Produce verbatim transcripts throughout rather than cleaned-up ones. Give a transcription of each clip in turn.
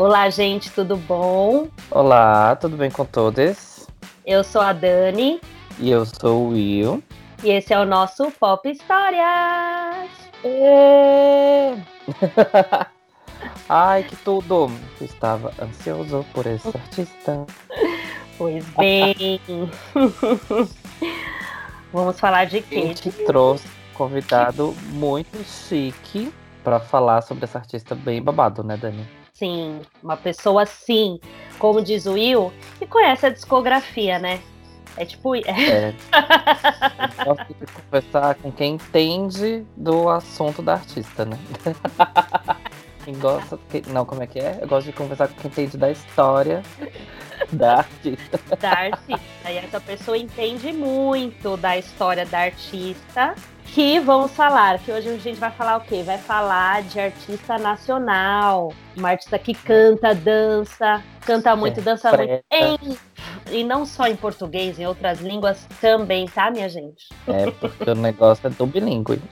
Olá, gente, tudo bom? Olá, tudo bem com todos? Eu sou a Dani. E eu sou o Will. E esse é o nosso Pop Histórias. É... Ai, que tudo! Eu estava ansioso por esse artista. Pois bem. Vamos falar de A quê? gente trouxe um convidado muito chique para falar sobre esse artista bem babado, né, Dani? Sim, uma pessoa assim, como diz o Will, que conhece a discografia, né? É tipo. É. Eu gosto de conversar com quem entende do assunto da artista, né? Quem gosta. Não, como é que é? Eu gosto de conversar com quem entende da história da artista. Da artista. E essa pessoa entende muito da história da artista. Que vamos falar, que hoje a gente vai falar o quê? Vai falar de artista nacional. Uma artista que canta, dança, canta muito, É, dança preta. muito. Em... E não só em português, em outras línguas também, tá, minha gente? É, porque o negócio é do bilíngue.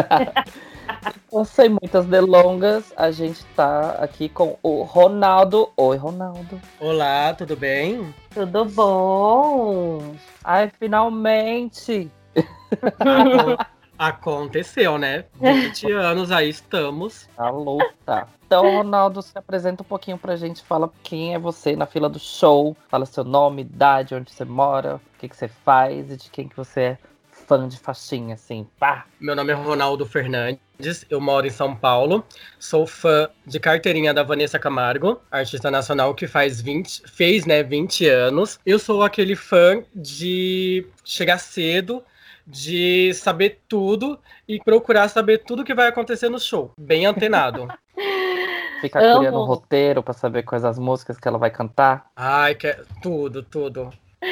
Não sem muitas delongas, a gente tá aqui com o Ronaldo. Oi, Ronaldo. Olá, tudo bem? Tudo bom? Ai, finalmente! Acon- Aconteceu, né? vinte anos aí estamos. A luta. Então, Ronaldo, se apresenta um pouquinho pra gente. Fala quem é você na fila do show. Fala seu nome, idade, onde você mora, o que, que você faz e de quem que você é fã de faixinha, assim. Pá! Meu nome é Ronaldo Fernandes, eu moro em São Paulo. Sou fã de carteirinha da Vanessa Camargo, artista nacional que faz vinte, fez né, vinte anos. Eu sou aquele fã de chegar cedo, de saber tudo e procurar saber tudo que vai acontecer no show. Bem antenado. Fica Amo. criando o roteiro pra saber quais as músicas que ela vai cantar. Ai, que é tudo, tudo.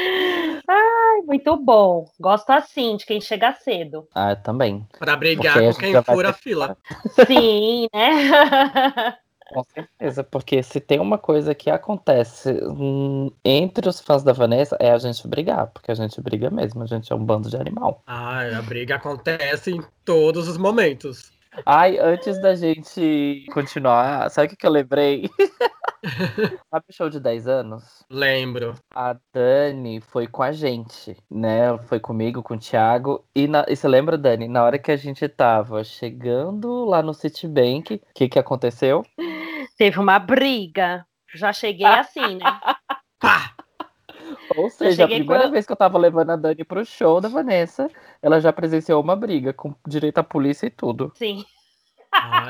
Ai, muito bom. Gosto assim, de quem chega cedo. Ah, eu também. Pra brigar Porque a com gente quem já vai for a ter- fila. Sim, né? Com certeza, porque se tem uma coisa que acontece hum, entre os fãs da Vanessa é a gente brigar, porque a gente briga mesmo, a gente é um bando de animal. Ai, a briga acontece em todos os momentos. Ai, antes da gente continuar, sabe o que, que eu lembrei? Sabe o show de dez anos? Lembro. A Dani foi com a gente, né? Foi comigo, com o Thiago. E, na... e você lembra, Dani, na hora que a gente tava chegando lá no Citibank, o que, que aconteceu? Teve uma briga. Já cheguei assim, né? Pá! Ou Já seja, a cheguei primeira com. vez que eu tava levando a Dani pro show da Vanessa, ela já presenciou uma briga, com direito à polícia e tudo. Sim, Ai,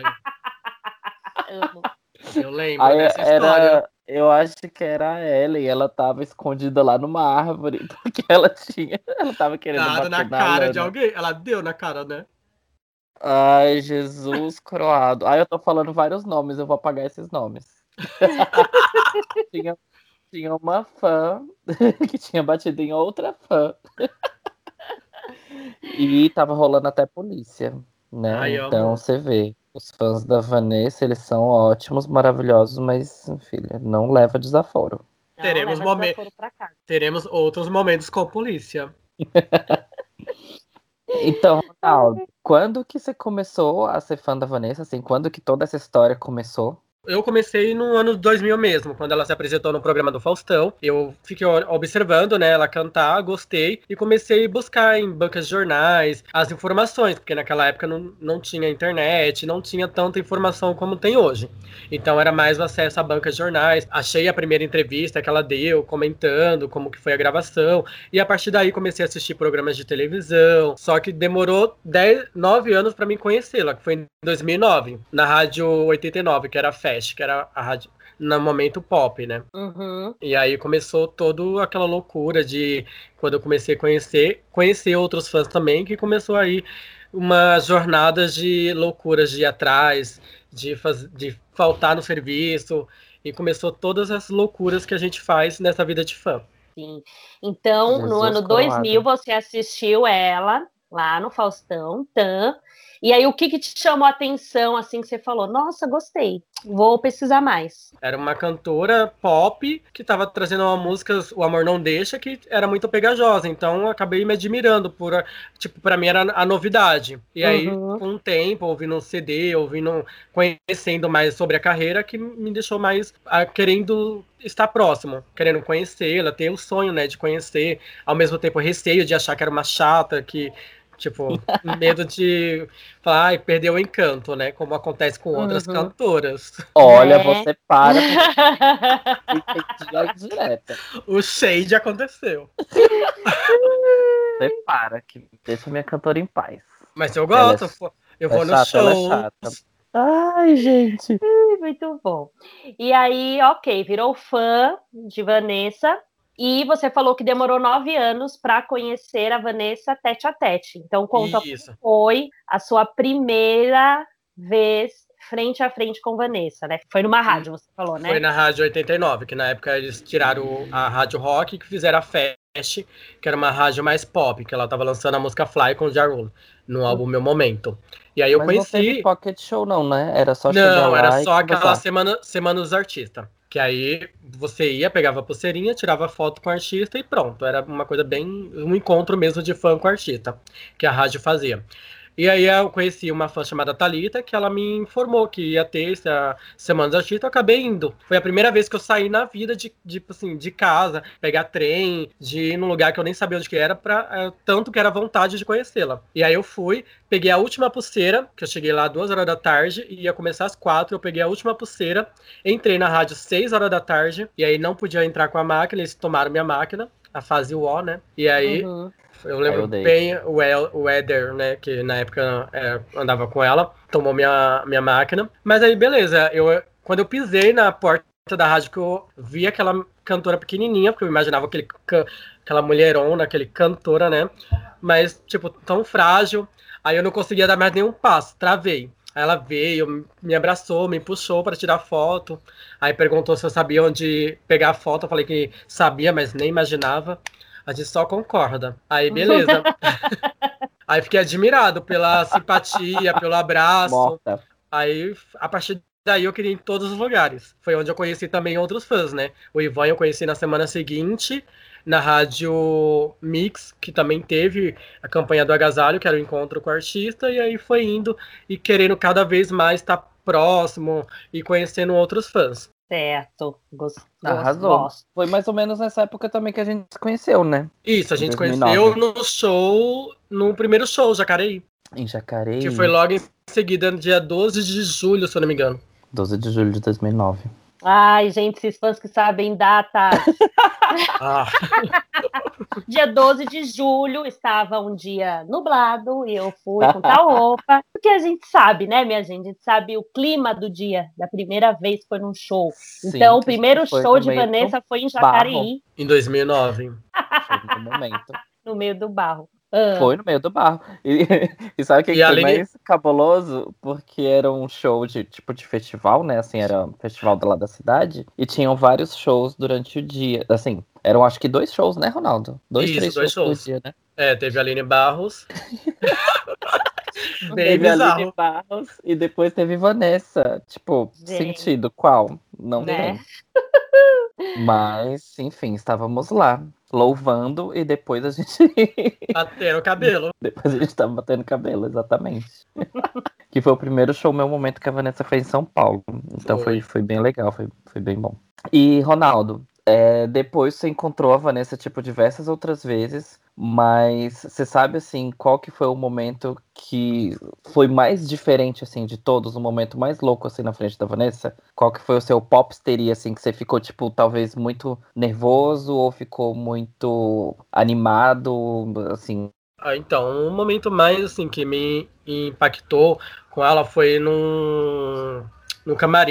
amo. eu lembro Aí dessa história. era. Eu acho que era a Ellen, ela tava escondida lá numa árvore, porque ela tinha. Ela tava querendo Dado bater na na cara de Lana. alguém. Ela deu na cara, né? Ai, Jesus croado. Ai, eu tô falando vários nomes, eu vou apagar esses nomes. Tinha, tinha uma fã que tinha batido em outra fã. E tava rolando até polícia, né? Ai, Então amo. você vê, os fãs da Vanessa, eles são ótimos, maravilhosos, mas, filha, não leva desaforo. Não, Teremos, leva momen- desaforo pra cá. Teremos outros momentos com polícia. Então, Ronaldo, quando que você começou a ser fã da Vanessa? Assim, quando que toda essa história começou? Eu comecei no ano dois mil mesmo, quando ela se apresentou no programa do Faustão. Eu fiquei o- observando, né, ela cantar, gostei e comecei a buscar em bancas de jornais as informações, porque naquela época não, não tinha internet, não tinha tanta informação como tem hoje. Então era mais o acesso a bancas de jornais. Achei a primeira entrevista que ela deu, comentando como que foi a gravação, e a partir daí comecei a assistir programas de televisão. Só que demorou dez, nove anos para mim conhecê-la, que foi em dois mil e nove, na Rádio oitenta e nove, que era a Fast, que era a rádio no momento pop, né? Uhum. E aí começou toda aquela loucura de, quando eu comecei a conhecer, conhecer outros fãs também, que começou aí umas jornadas de loucuras de ir atrás, de, faz, de faltar no serviço, e começou todas as loucuras que a gente faz nessa vida de fã. Sim. Então, no Jesus ano dois mil, coroado. você assistiu ela lá no Faustão, Tan. E aí, o que, que te chamou a atenção, assim, que você falou? Nossa, gostei, vou pesquisar mais. Era uma cantora pop que tava trazendo uma música, O Amor Não Deixa, que era muito pegajosa. Então, eu acabei me admirando por, tipo, pra mim era a novidade. E aí, Uhum. com o tempo, ouvindo um C D, ouvindo, conhecendo mais sobre a carreira, que me deixou mais ah, querendo estar próximo, querendo conhecê-la, ter o sonho, né, de conhecer, ao mesmo tempo receio de achar que era uma chata, que, tipo, medo de falar, ai, perdeu o encanto, né, como acontece com outras Uhum. cantoras. Olha, Né? você para porque entendi logo direta. O shade aconteceu. Você para, que deixa minha cantora em paz. Mas eu Ela é, gosto, eu ela vou é no chata, ela é show. chata. Ai, gente. Muito bom. E aí, ok, virou fã de Vanessa. E você falou que demorou nove anos para conhecer a Vanessa tete a tete. Então, conta Isso. como foi a sua primeira vez frente a frente com Vanessa, né? Foi numa rádio, você falou, né? Foi na Rádio oitenta e nove, que na época eles tiraram a Rádio Rock e fizeram a Fast, que era uma rádio mais pop, que ela tava lançando a música Fly com o Ja Rule, no álbum Meu Momento. E aí eu Mas não teve conheci... pocket show, não, né? Era só chegar Não, era lá e só aquela conversar. semana, semana dos artistas. Que aí você ia, pegava a pulseirinha, tirava foto com o artista e pronto. Era uma coisa bem... um encontro mesmo de fã com o artista, que a rádio fazia. E aí eu conheci uma fã chamada Thalita, que ela me informou que ia ter essa Semana dos Artistas, eu acabei indo. Foi a primeira vez que eu saí na vida de, de, assim, de casa, pegar trem, de ir num lugar que eu nem sabia onde que era, pra, é, tanto que era vontade de conhecê-la. E aí eu fui, peguei a última pulseira, que eu cheguei lá duas horas da tarde, e ia começar às quatro, eu peguei a última pulseira, entrei na rádio seis horas da tarde, e aí não podia entrar com a máquina, eles tomaram minha máquina, a fase U O, né? E aí... Uhum. Eu lembro eu bem o, El, o Eder, né, que na época é, andava com ela, tomou minha, minha máquina. Mas aí, beleza, eu, quando eu pisei na porta da rádio, que eu vi aquela cantora pequenininha, porque eu imaginava aquele, aquela mulherona, aquele cantora, né, mas, tipo, tão frágil, aí eu não conseguia dar mais nenhum passo, travei. Aí ela veio, me abraçou, me puxou para tirar foto, aí perguntou se eu sabia onde pegar a foto, eu falei que sabia, mas nem imaginava. A gente só concorda. Aí, beleza. Aí fiquei admirado pela simpatia, pelo abraço. Morta. Aí, a partir daí, eu queria ir em todos os lugares. Foi onde eu conheci também outros fãs, né? O Ivan eu conheci na semana seguinte, na Rádio Mix, que também teve a campanha do Agasalho, que era o encontro com o artista, e aí foi indo e querendo cada vez mais estar próximo e conhecendo outros fãs. Certo, gosto, Arrasou. gosto. Foi mais ou menos nessa época também que a gente se conheceu, né? Isso, a Em gente dois mil e nove. conheceu no show, no primeiro show, Jacareí. Em Jacareí. Que foi logo em seguida, no dia doze de julho, se eu não me engano. doze de julho de dois mil e nove. Ai, gente, esses fãs que sabem datas. Ah. Dia doze de julho estava um dia nublado e eu fui com tal roupa. Porque a gente sabe, né, minha gente? A gente sabe o clima do dia, da primeira vez que foi num show. Sim, Então, o que a gente primeiro foi show no de meio do Vanessa foi em barro. Jacareí, Em dois mil e nove. Foi no momento. no meio do barro. Ah, Foi no meio do barro. E, e sabe o que, E que a foi Aline- mais cabuloso? Porque era um show de tipo de festival, né? Assim, era um festival lá da cidade. E tinham vários shows durante o dia. Assim, eram acho que dois shows, né, Ronaldo? Dois, Isso, três dois shows, shows. por dia, né? É, teve a Aline Barros. Bem Teve a Aline bizarro. Barros e depois teve Vanessa. Tipo, Gente. sentido qual? Não Né? tem. Mas, enfim, estávamos lá, louvando e depois a gente. Até o cabelo. Depois a gente tava batendo cabelo, exatamente. Que foi o primeiro show, meu momento que a Vanessa fez em São Paulo. Então foi, Foi. foi bem legal, foi, foi bem bom. E, Ronaldo, é, depois você encontrou a Vanessa, tipo, diversas outras vezes, mas você sabe, assim, qual que foi o momento que foi mais diferente, assim, de todos, o momento mais louco, assim, na frente da Vanessa? Qual que foi o seu popsteria, assim, que você ficou, tipo, talvez muito nervoso ou ficou muito animado, assim? Ah, então, o momento mais, assim, que me impactou com ela foi num, no camarim.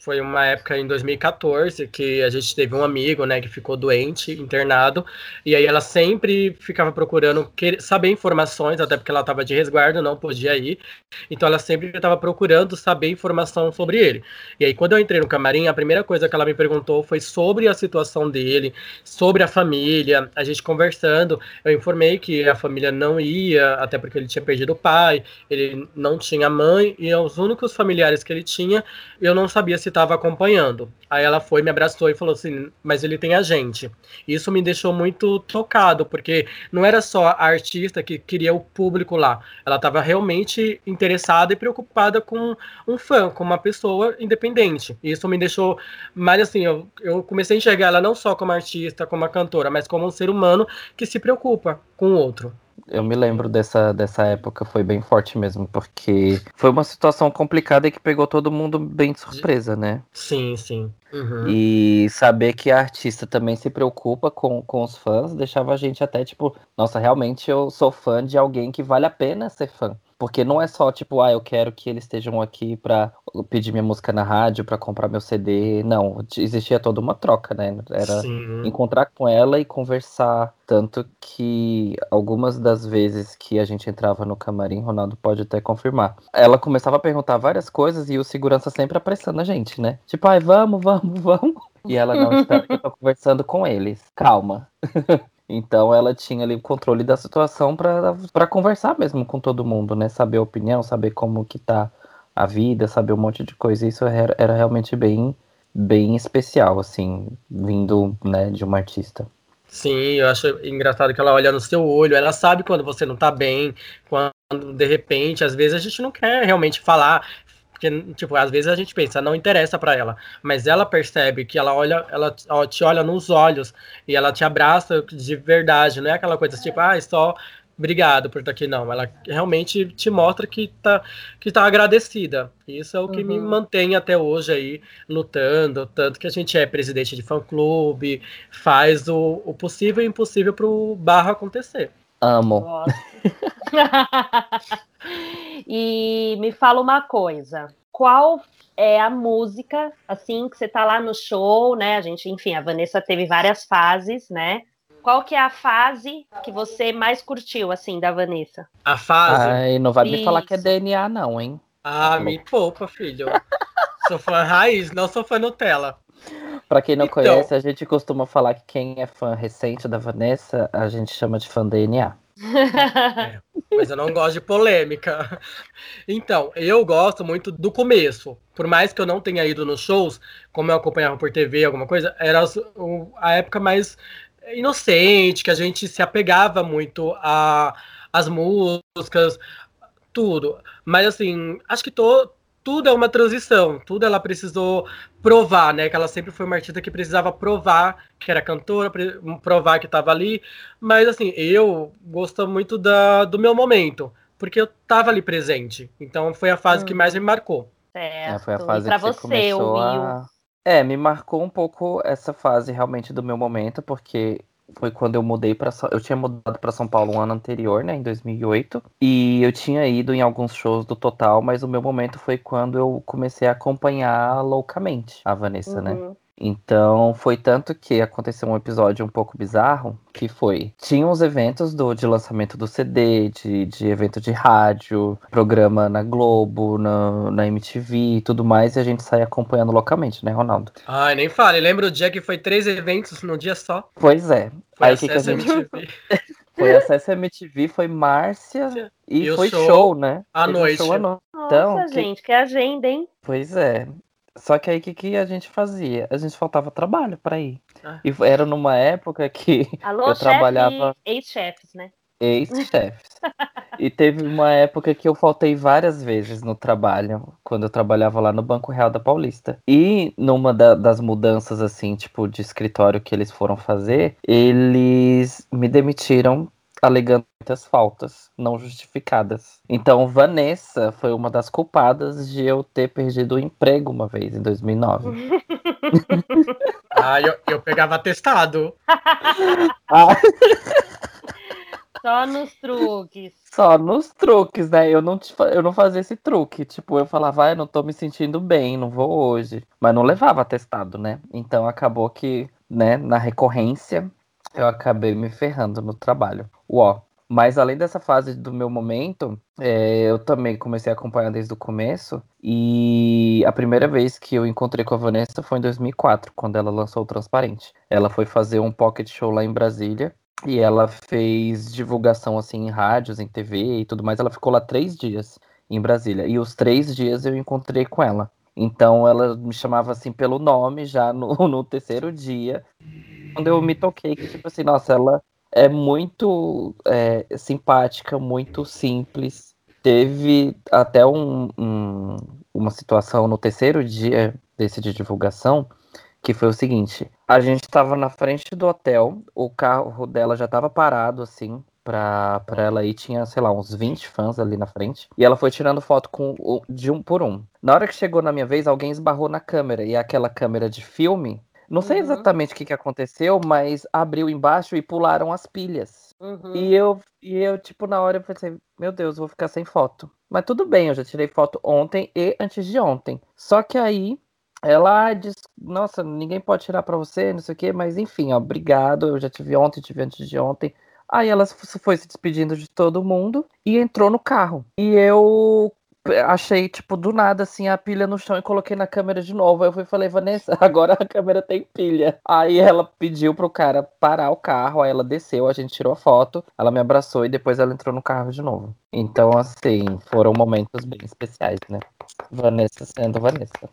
foi uma época em dois mil e quatorze que a gente teve um amigo, né, que ficou doente, internado, e aí ela sempre ficava procurando querer, saber informações, até porque ela estava de resguardo, não podia ir, então ela sempre estava procurando saber informação sobre ele. E aí quando eu entrei no camarim, a primeira coisa que ela me perguntou foi sobre a situação dele, sobre a família, a gente conversando, eu informei que a família não ia, até porque ele tinha perdido o pai, ele não tinha mãe, e os únicos familiares que ele tinha, eu não sabia se estava acompanhando. Aí ela foi, me abraçou e falou assim, mas ele tem a gente. Isso me deixou muito tocado, porque não era só a artista que queria o público lá, ela estava realmente interessada e preocupada com um fã, com uma pessoa independente. Isso me deixou, mais assim, eu, eu comecei a enxergar ela não só como artista, como uma cantora, mas como um ser humano que se preocupa com o outro. Eu me lembro dessa, dessa época, foi bem forte mesmo, porque foi uma situação complicada e que pegou todo mundo bem de surpresa, né? Sim, sim. Uhum. E saber que a artista também se preocupa com, com os fãs deixava a gente até tipo, nossa, realmente eu sou fã de alguém que vale a pena ser fã. Porque não é só tipo, ah, eu quero que eles estejam aqui pra pedir minha música na rádio, pra comprar meu C D. Não, existia toda uma troca, né? Era Sim. encontrar com ela e conversar. Tanto que algumas das vezes que a gente entrava no camarim, Ronaldo pode até confirmar, ela começava a perguntar várias coisas e o segurança sempre apressando a gente, né? Tipo, ai, vamos, vamos, vamos. E ela, não, espera que eu tô conversando com eles. Calma. Então ela tinha ali o controle da situação para conversar mesmo com todo mundo, né? Saber a opinião, saber como que tá a vida, saber um monte de coisa. Isso era, era realmente bem, bem especial, assim, vindo, né, de uma artista. Sim, eu acho engraçado que ela olha no seu olho, ela sabe quando você não tá bem, quando de repente, às vezes a gente não quer realmente falar, porque, tipo, às vezes a gente pensa, não interessa pra ela, mas ela percebe que ela olha, ela te olha nos olhos e ela te abraça de verdade, não é aquela coisa tipo, ah, só obrigado por estar aqui, não. Ela realmente te mostra que tá, que tá agradecida. Isso é o que uhum. me mantém até hoje aí lutando, tanto que a gente é presidente de fã-clube, faz o, o possível e impossível pro barro acontecer. Amo. E me fala uma coisa, qual é a música, assim, que você tá lá no show, né, a gente, enfim, a Vanessa teve várias fases, né, qual que é a fase que você mais curtiu, assim, da Vanessa? A fase? Ai, não vai me Isso. falar que é D N A não, hein? Ah, me poupa, filho. Sou fã raiz, não sou fã Nutella. Pra quem não então... conhece, a gente costuma falar que quem é fã recente da Vanessa, a gente chama de fã D N A. É, mas eu não gosto de polêmica. Então, eu gosto muito do começo. Por mais que eu não tenha ido nos shows, como eu acompanhava por T V, alguma coisa, era a época mais inocente, que a gente se apegava muito a as músicas, tudo. Mas assim, acho que tô, tudo é uma transição. Tudo ela precisou provar, né? Que ela sempre foi uma artista que precisava provar que era cantora, provar que estava ali. Mas assim, eu gosto muito da, do meu momento, porque eu tava ali presente. Então foi a fase hum. que mais me marcou. Certo. É, foi a fase e pra que você, você começou a... É, me marcou um pouco essa fase realmente do meu momento, porque foi quando eu mudei para eu tinha mudado para São Paulo um ano anterior, né, em dois mil e oito, e eu tinha ido em alguns shows do Total, mas o meu momento foi quando eu comecei a acompanhar loucamente a Vanessa, uhum. né? Então, foi tanto que aconteceu um episódio um pouco bizarro, que foi, tinha os eventos do, de lançamento do C D, de, de evento de rádio, programa na Globo, na, na M T V e tudo mais, e a gente saía acompanhando localmente, né, Ronaldo? Ai, nem fale, lembra o dia que foi três eventos num dia só? Pois é. Foi Aí, acesso que que a gente... M T V. Foi acesso M T V, foi Márcia e, e foi show, show, né? À noite. Show à noite. Nossa, então, gente, que... que agenda, hein? Pois é. Só que aí o que, que a gente fazia? A gente faltava trabalho pra ir. Ah. E era numa época que Alô, eu trabalhava... ex-chefes, né? Ex-chefes. E teve uma época que eu faltei várias vezes no trabalho, quando eu trabalhava lá no Banco Real da Paulista. E numa da, das mudanças, assim, tipo, de escritório que eles foram fazer, eles me demitiram alegando muitas faltas não justificadas. Então, Vanessa foi uma das culpadas de eu ter perdido o emprego uma vez, em dois mil e nove. Ah, eu, eu pegava atestado. Ah. Só nos truques. Só nos truques, né? Eu não, te, eu não fazia esse truque. Tipo, eu falava, ah, eu não tô me sentindo bem, não vou hoje. Mas não levava atestado, né? Então acabou que, né, na recorrência, eu acabei me ferrando no trabalho. Uó. Mas além dessa fase do meu momento, é, eu também comecei a acompanhar desde o começo. E a primeira vez que eu encontrei com a Vanessa foi em dois mil e quatro, quando ela lançou o Transparente. Ela foi fazer um pocket show lá em Brasília. E ela fez divulgação assim em rádios, em T V e tudo mais. Ela ficou lá três dias em Brasília. E os três dias eu encontrei com ela. Então ela me chamava assim pelo nome já no, no terceiro dia. Quando eu me toquei, que tipo assim, nossa, ela é muito é, simpática, muito simples. Teve até um, um, uma situação no terceiro dia desse de divulgação, que foi o seguinte: a gente tava na frente do hotel, o carro dela já tava parado, assim, pra, pra ela ir, tinha, sei lá, uns vinte fãs ali na frente, e ela foi tirando foto com, o- de um por um. Na hora que chegou na minha vez, alguém esbarrou na câmera, e aquela câmera de filme, não sei Uhum. exatamente o que que aconteceu, mas abriu embaixo e pularam as pilhas. Uhum. E eu, e eu, tipo, na hora eu pensei, meu Deus, vou ficar sem foto. Mas tudo bem, eu já tirei foto ontem e antes de ontem. Só que aí ela diz, nossa, ninguém pode tirar pra você, não sei o quê, mas enfim, ó, obrigado, eu já tive ontem, tive antes de ontem. Aí ela f- foi se despedindo de todo mundo e entrou no carro. E eu p- achei, tipo, do nada, assim, a pilha no chão e coloquei na câmera de novo. Aí eu fui e falei, Vanessa, agora a câmera tem pilha. Aí ela pediu pro cara parar o carro, aí ela desceu, a gente tirou a foto, ela me abraçou e depois ela entrou no carro de novo. Então, assim, foram momentos bem especiais, né? Vanessa sendo Vanessa.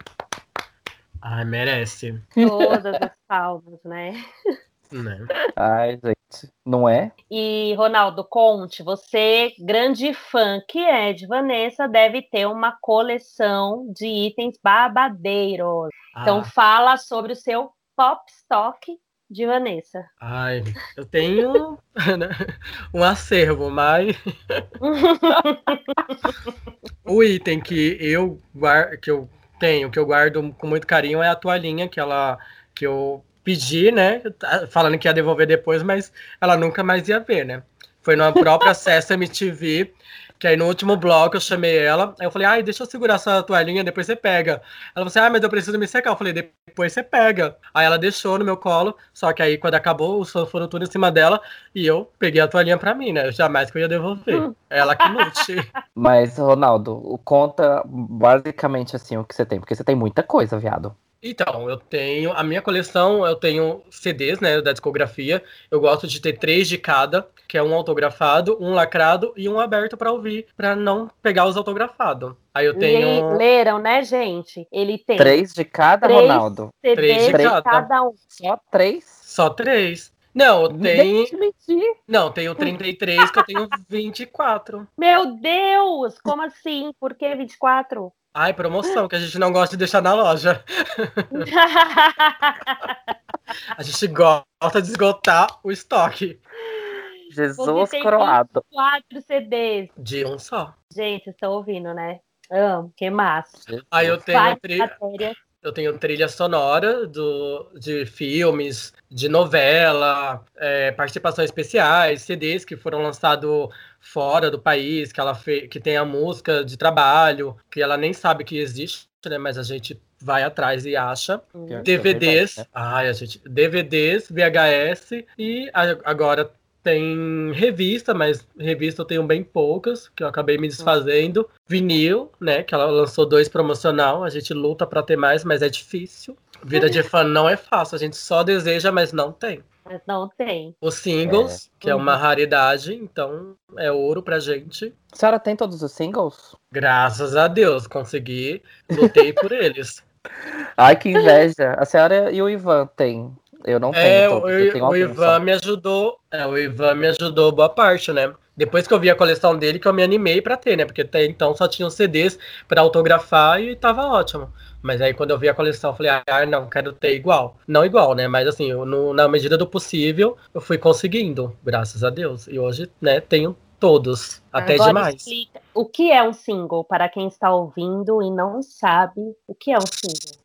Ai, merece. Todas as palmas, né? Né? Ai, gente, não é? E, Ronaldo, conte, você, grande fã que é de Vanessa, deve ter uma coleção de itens babadeiros. Então, Ah, fala sobre o seu pop stock de Vanessa. ai, eu tenho né, um acervo, mas o item que eu, guar- que eu tenho, que eu guardo com muito carinho, é a toalhinha que ela que eu pedi, né? tá- Falando que ia devolver depois, mas ela nunca mais ia ver, né? Foi no próprio Acesso M T V, que aí no último bloco eu chamei ela, aí eu falei, ai, deixa eu segurar essa toalhinha, depois você pega. Ela falou assim, ah, mas eu preciso me secar. Eu falei, depois você pega. Aí ela deixou no meu colo, só que aí quando acabou, os fãs foram tudo em cima dela, e eu peguei a toalhinha pra mim, né? Jamais que eu ia devolver. Ela que lute. Mas, Ronaldo, o- conta basicamente assim o que você tem, porque você tem muita coisa, viado. Então, eu tenho a minha coleção, eu tenho C Ds, né, da discografia. Eu gosto de ter três de cada, que é um autografado, um lacrado e um aberto pra ouvir, pra não pegar os autografados. Aí eu Le- tenho leram, né, gente? Ele tem Três de cada, três Ronaldo? três de C Ds de cada, cada um. Só três? só três. Não, Deixa tem, de mentir. não, tenho trinta e três que eu tenho vinte e quatro. Meu Deus! Como assim? Por que vinte e quatro? Ai, promoção, que a gente não gosta de deixar na loja. A gente gosta de esgotar o estoque Você Jesus tem coroado. vinte e quatro C Ds. de um só. Gente, vocês estão ouvindo, né? Amo, que massa. Aí eu Jesus. tenho Várias tri... matérias. Eu tenho trilha sonora do, de filmes, de novela, é, participações especiais, C Ds que foram lançados fora do país, que ela fe... que tem a música de trabalho, que ela nem sabe que existe, né? Mas a gente vai atrás e acha. Pior que é verdade, D V Ds, né? ai, a gente, D V Ds, V H S e a- agora tem revista, mas revista eu tenho bem poucas, que eu acabei me desfazendo. Vinil, né, que ela lançou dois promocional, a gente luta pra ter mais, mas é difícil. Vida de fã não é fácil, a gente só deseja, mas não tem. Mas não tem. Os singles, que é uma Uhum. raridade, então é ouro pra gente. A senhora tem todos os singles? Graças a Deus, consegui, lutei por eles. Ai, que inveja. A senhora e o Ivan tem. Eu não tenho É, todos, eu o, tenho o alguns só. Ivan me ajudou. É, o Ivan me ajudou boa parte, né? Depois que eu vi a coleção dele, que eu me animei pra ter, né? Porque até então só tinham C Ds pra autografar e tava ótimo. Mas aí quando eu vi a coleção, eu falei, ah, não, quero ter igual. Não igual, né? Mas assim, eu, no- na medida do possível, eu fui conseguindo, graças a Deus. E hoje, né, tenho todos, até Agora demais. explica o que é um single para quem está ouvindo e não sabe o que é um single.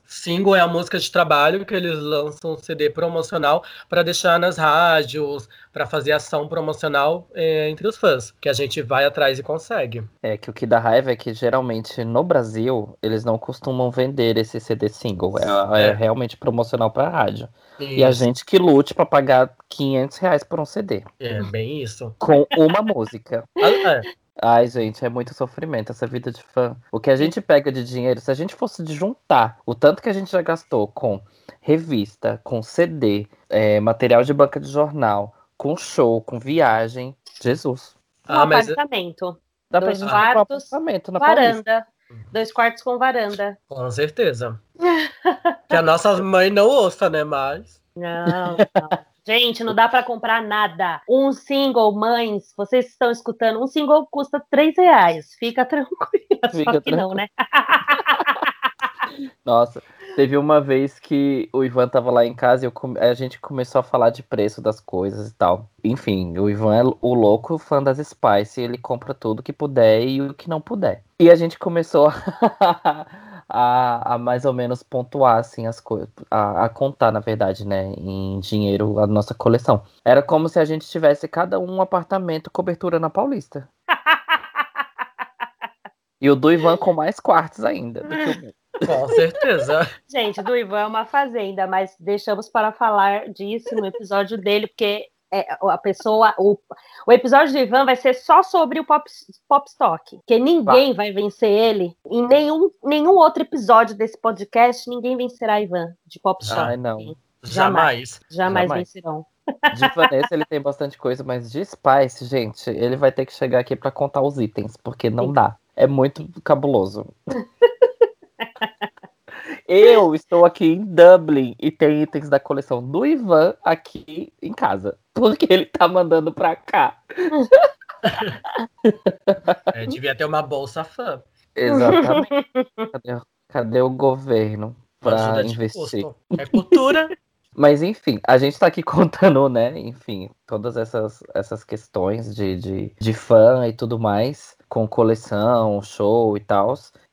Single é a música de trabalho que eles lançam um C D promocional para deixar nas rádios, para fazer ação promocional é, entre os fãs, que a gente vai atrás e consegue. É que o que dá raiva é que geralmente no Brasil eles não costumam vender esse C D single. É, é. é realmente promocional para rádio. Isso. E a gente que lute para pagar quinhentos reais por um C D. É, bem isso. Com uma música. Ah, é. Ai, gente, é muito sofrimento essa vida de fã. O que a gente pega de dinheiro, se a gente fosse de juntar o tanto que a gente já gastou com revista, com C D, é, material de banca de jornal, com show, com viagem, Jesus. Um ah, apartamento. Dá dois pra gente quartos, um apartamento na varanda. Paulista. Dois quartos com varanda. Com certeza. Que a nossa mãe não ouça, né, mas... Não, não. Gente, não dá pra comprar nada. Um single, mães, vocês estão escutando, um single custa três reais. Fica tranquila, Fica só que tranquilo. Não, né? Nossa, teve uma vez que o Ivan tava lá em casa e eu come... a gente começou a falar de preço das coisas e tal. Enfim, o Ivan é o louco fã das Spice, ele compra tudo que puder e o que não puder. E a gente começou a, a, a mais ou menos pontuar, assim, as coisas, a, a contar, na verdade, né, em dinheiro a nossa coleção. Era como se a gente tivesse cada um apartamento cobertura na Paulista. E o do Ivan com mais quartos ainda do que o meu. Com certeza. Gente, do Ivan é uma fazenda, mas deixamos para falar disso no episódio dele, porque é, a pessoa, o, o episódio do Ivan vai ser só sobre o pop, pop stock, porque ninguém vai. vai vencer ele em nenhum, nenhum outro episódio desse podcast, ninguém vencerá Ivan de pop stock. Ai, não. Jamais. Jamais, jamais vencerão. De Vanessa ele tem bastante coisa, mas de Spice, gente, ele vai ter que chegar aqui para contar os itens, porque não Sim. dá. É muito cabuloso. Eu estou aqui em Dublin e tem itens da coleção do Ivan aqui em casa. Porque ele tá mandando pra cá. É, devia ter uma bolsa fã. Exatamente. Cadê, cadê o governo pra investir? É cultura. Mas enfim, a gente tá aqui contando, né? Enfim, todas essas, essas questões de, de, de fã e tudo mais, com coleção, show e tal.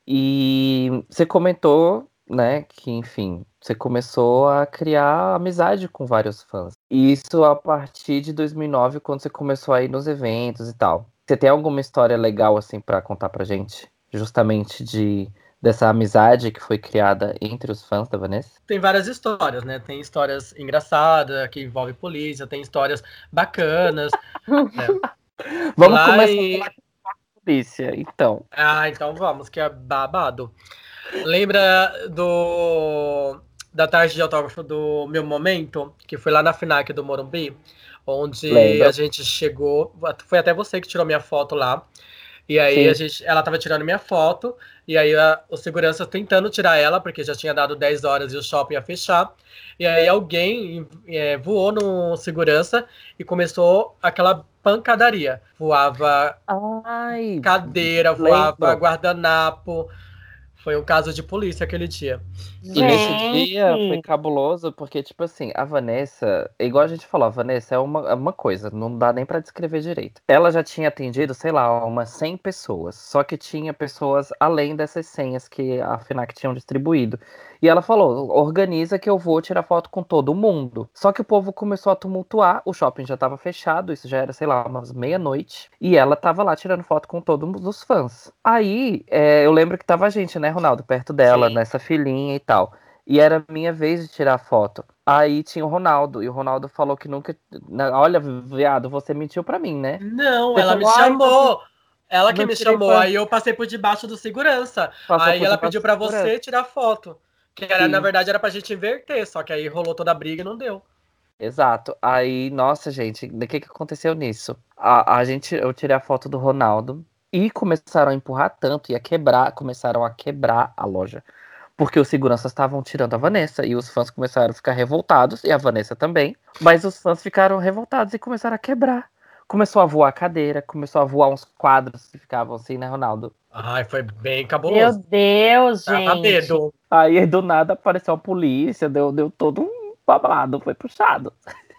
E você comentou, né, que, enfim, você começou a criar amizade com vários fãs. E isso a partir de dois mil e nove, quando você começou a ir nos eventos e tal. Você tem alguma história legal, assim, pra contar pra gente? Justamente de... dessa amizade que foi criada entre os fãs da Vanessa? Tem várias histórias, né? Tem histórias engraçadas, que envolvem polícia, tem histórias bacanas. Né? Vamos Lá começar em... com a polícia, então. Ah, então vamos, que é babado. Lembra do da tarde de autógrafo do Meu Momento, que foi lá na FNAC do Morumbi, onde Lembra. a gente chegou, foi até você que tirou minha foto lá. E aí a gente, ela tava tirando minha foto, e aí a, os seguranças tentando tirar ela, porque já tinha dado dez horas e o shopping ia fechar. E aí alguém é, voou no segurança e começou aquela pancadaria. Voava Ai, cadeira, voava lembro. guardanapo. Foi um caso de polícia aquele dia. E nesse dia foi cabuloso, porque, tipo assim, a Vanessa, igual a gente falou, a Vanessa é uma, uma coisa, não dá nem pra descrever direito. Ela já tinha atendido, sei lá, umas cem pessoas, só que tinha pessoas além dessas senhas que a FNAC tinham distribuído. E ela falou, organiza que eu vou tirar foto com todo mundo. Só que o povo começou a tumultuar, o shopping já tava fechado, isso já era, sei lá, umas meia-noite. E ela tava lá tirando foto com todos os fãs. Aí, é, eu lembro que tava a gente, né, Ronaldo, perto dela, Sim. nessa filinha e tal. E era minha vez de tirar foto. Aí tinha o Ronaldo, e o Ronaldo falou que nunca... Olha, viado, você mentiu pra mim, né? Não, você ela falou, me chamou... Ela que me chamou, pra... aí eu passei por debaixo do segurança. Passou aí ela pediu pra você tirar foto. Que era, na verdade, era pra gente inverter, só que aí rolou toda a briga e não deu. Exato. Aí, nossa, gente, o que que aconteceu nisso? A, a gente, eu tirei a foto do Ronaldo e começaram a empurrar tanto, e a quebrar, começaram a quebrar a loja. Porque os seguranças estavam tirando a Vanessa, e os fãs começaram a ficar revoltados, e a Vanessa também. Mas os fãs ficaram revoltados e começaram a quebrar. Começou a voar a cadeira, começou a voar uns quadros que ficavam assim, né, Ronaldo? Ai, foi bem cabuloso. Meu Deus, Tava gente. medo. Aí, do nada, apareceu a polícia, deu, deu todo um babado, foi puxado.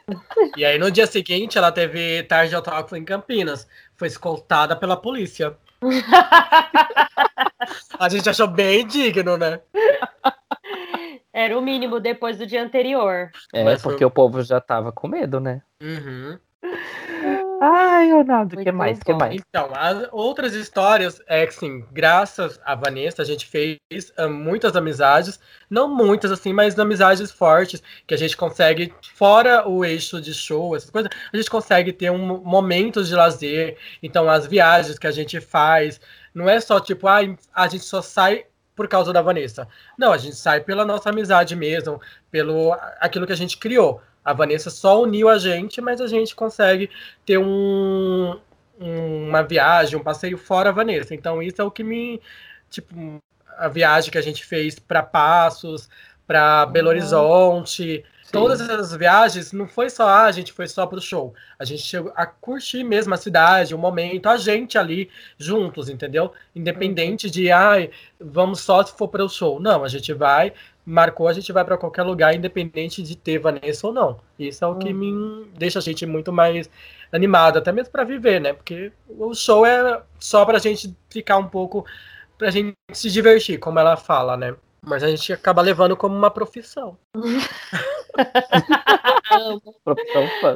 E aí, no dia seguinte, ela teve tarde de autógrafo em Campinas. Foi escoltada pela polícia. A gente achou bem digno, né? Era o mínimo depois do dia anterior. É, Mas porque foi- o povo já tava com medo, né? Uhum. Ai, Ronaldo, o que Muito mais? que bom. mais? Então, as outras histórias é que, assim, graças a Vanessa, a gente fez ah, muitas amizades, não muitas, assim, mas amizades fortes, que a gente consegue, fora o eixo de show, essas coisas, a gente consegue ter um momentos de lazer. Então, as viagens que a gente faz, não é só tipo, ah, a gente só sai por causa da Vanessa. Não, a gente sai pela nossa amizade mesmo, pelo aquilo que a gente criou. A Vanessa só uniu a gente, mas a gente consegue ter um, uma viagem, um passeio fora a Vanessa. Então isso é o que me, tipo, a viagem que a gente fez para Passos, para Belo Horizonte, todas Sim. essas viagens não foi só ah, a gente foi só pro show. A gente chegou a curtir mesmo a cidade, o momento, a gente ali juntos, entendeu? Independente de ai, vamos só se for para o show. Não, a gente vai, marcou, a gente vai para qualquer lugar, independente de ter Vanessa ou não. Isso é o que me deixa a gente muito mais animado, até mesmo para viver, né? Porque o show é só pra gente ficar um pouco, pra gente se divertir, como ela fala, né? Mas a gente acaba levando como uma profissão. Amo. Profissão fã.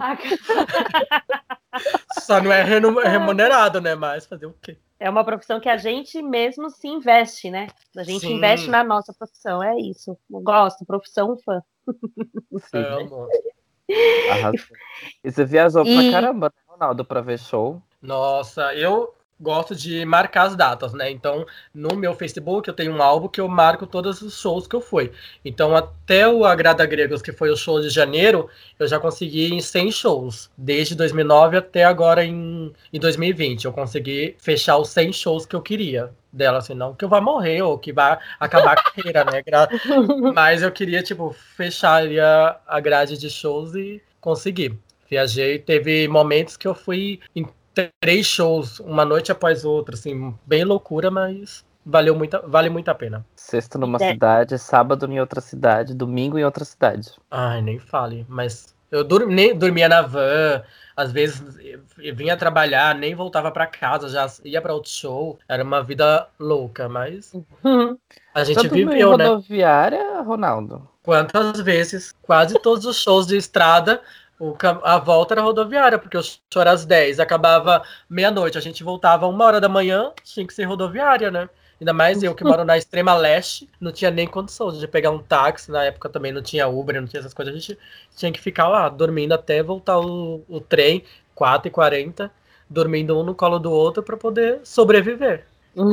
Só não é renu- remunerado, né? Mas fazer o quê? É uma profissão que a gente mesmo se investe, né? A gente Sim. investe na nossa profissão, é isso. Eu gosto, profissão fã. Sim. Amo. Arrasou. E você viajou pra E- caramba, né, Ronaldo, pra ver show? Nossa, eu gosto de marcar as datas, né? Então, no meu Facebook eu tenho um álbum que eu marco todos os shows que eu fui. Então, até o Agrada Gregos, que foi o show de janeiro, eu já consegui ir em cem shows. Desde dois mil e nove até agora em, em dois mil e vinte. Eu consegui fechar os cem shows que eu queria dela, assim, não que eu vá morrer ou que vá acabar a carreira, né? Gra- Mas eu queria, tipo, fechar ali a, a grade de shows e conseguir. Viajei, teve momentos que eu fui em três shows, uma noite após outra, assim, bem loucura, mas valeu muito, vale muito a pena. Sexta numa É. cidade, sábado em outra cidade, domingo em outra cidade. Ai, nem fale, mas eu dormi, dormia na van, às vezes eu vinha trabalhar, nem voltava pra casa, já ia pra outro show, era uma vida louca, mas a gente Você dormiu em viveu, né? rodoviária, Ronaldo? Quantas vezes, quase todos os shows de estrada, o cam- a volta era rodoviária, porque o show era às dez, acabava meia-noite, a gente voltava uma hora da manhã, tinha que ser rodoviária, né? Ainda mais eu que moro na extrema leste, não tinha nem condição de pegar um táxi, na época também não tinha Uber, não tinha essas coisas, a gente tinha que ficar lá, dormindo até voltar o, o trem, quatro e quarenta, dormindo um no colo do outro para poder sobreviver.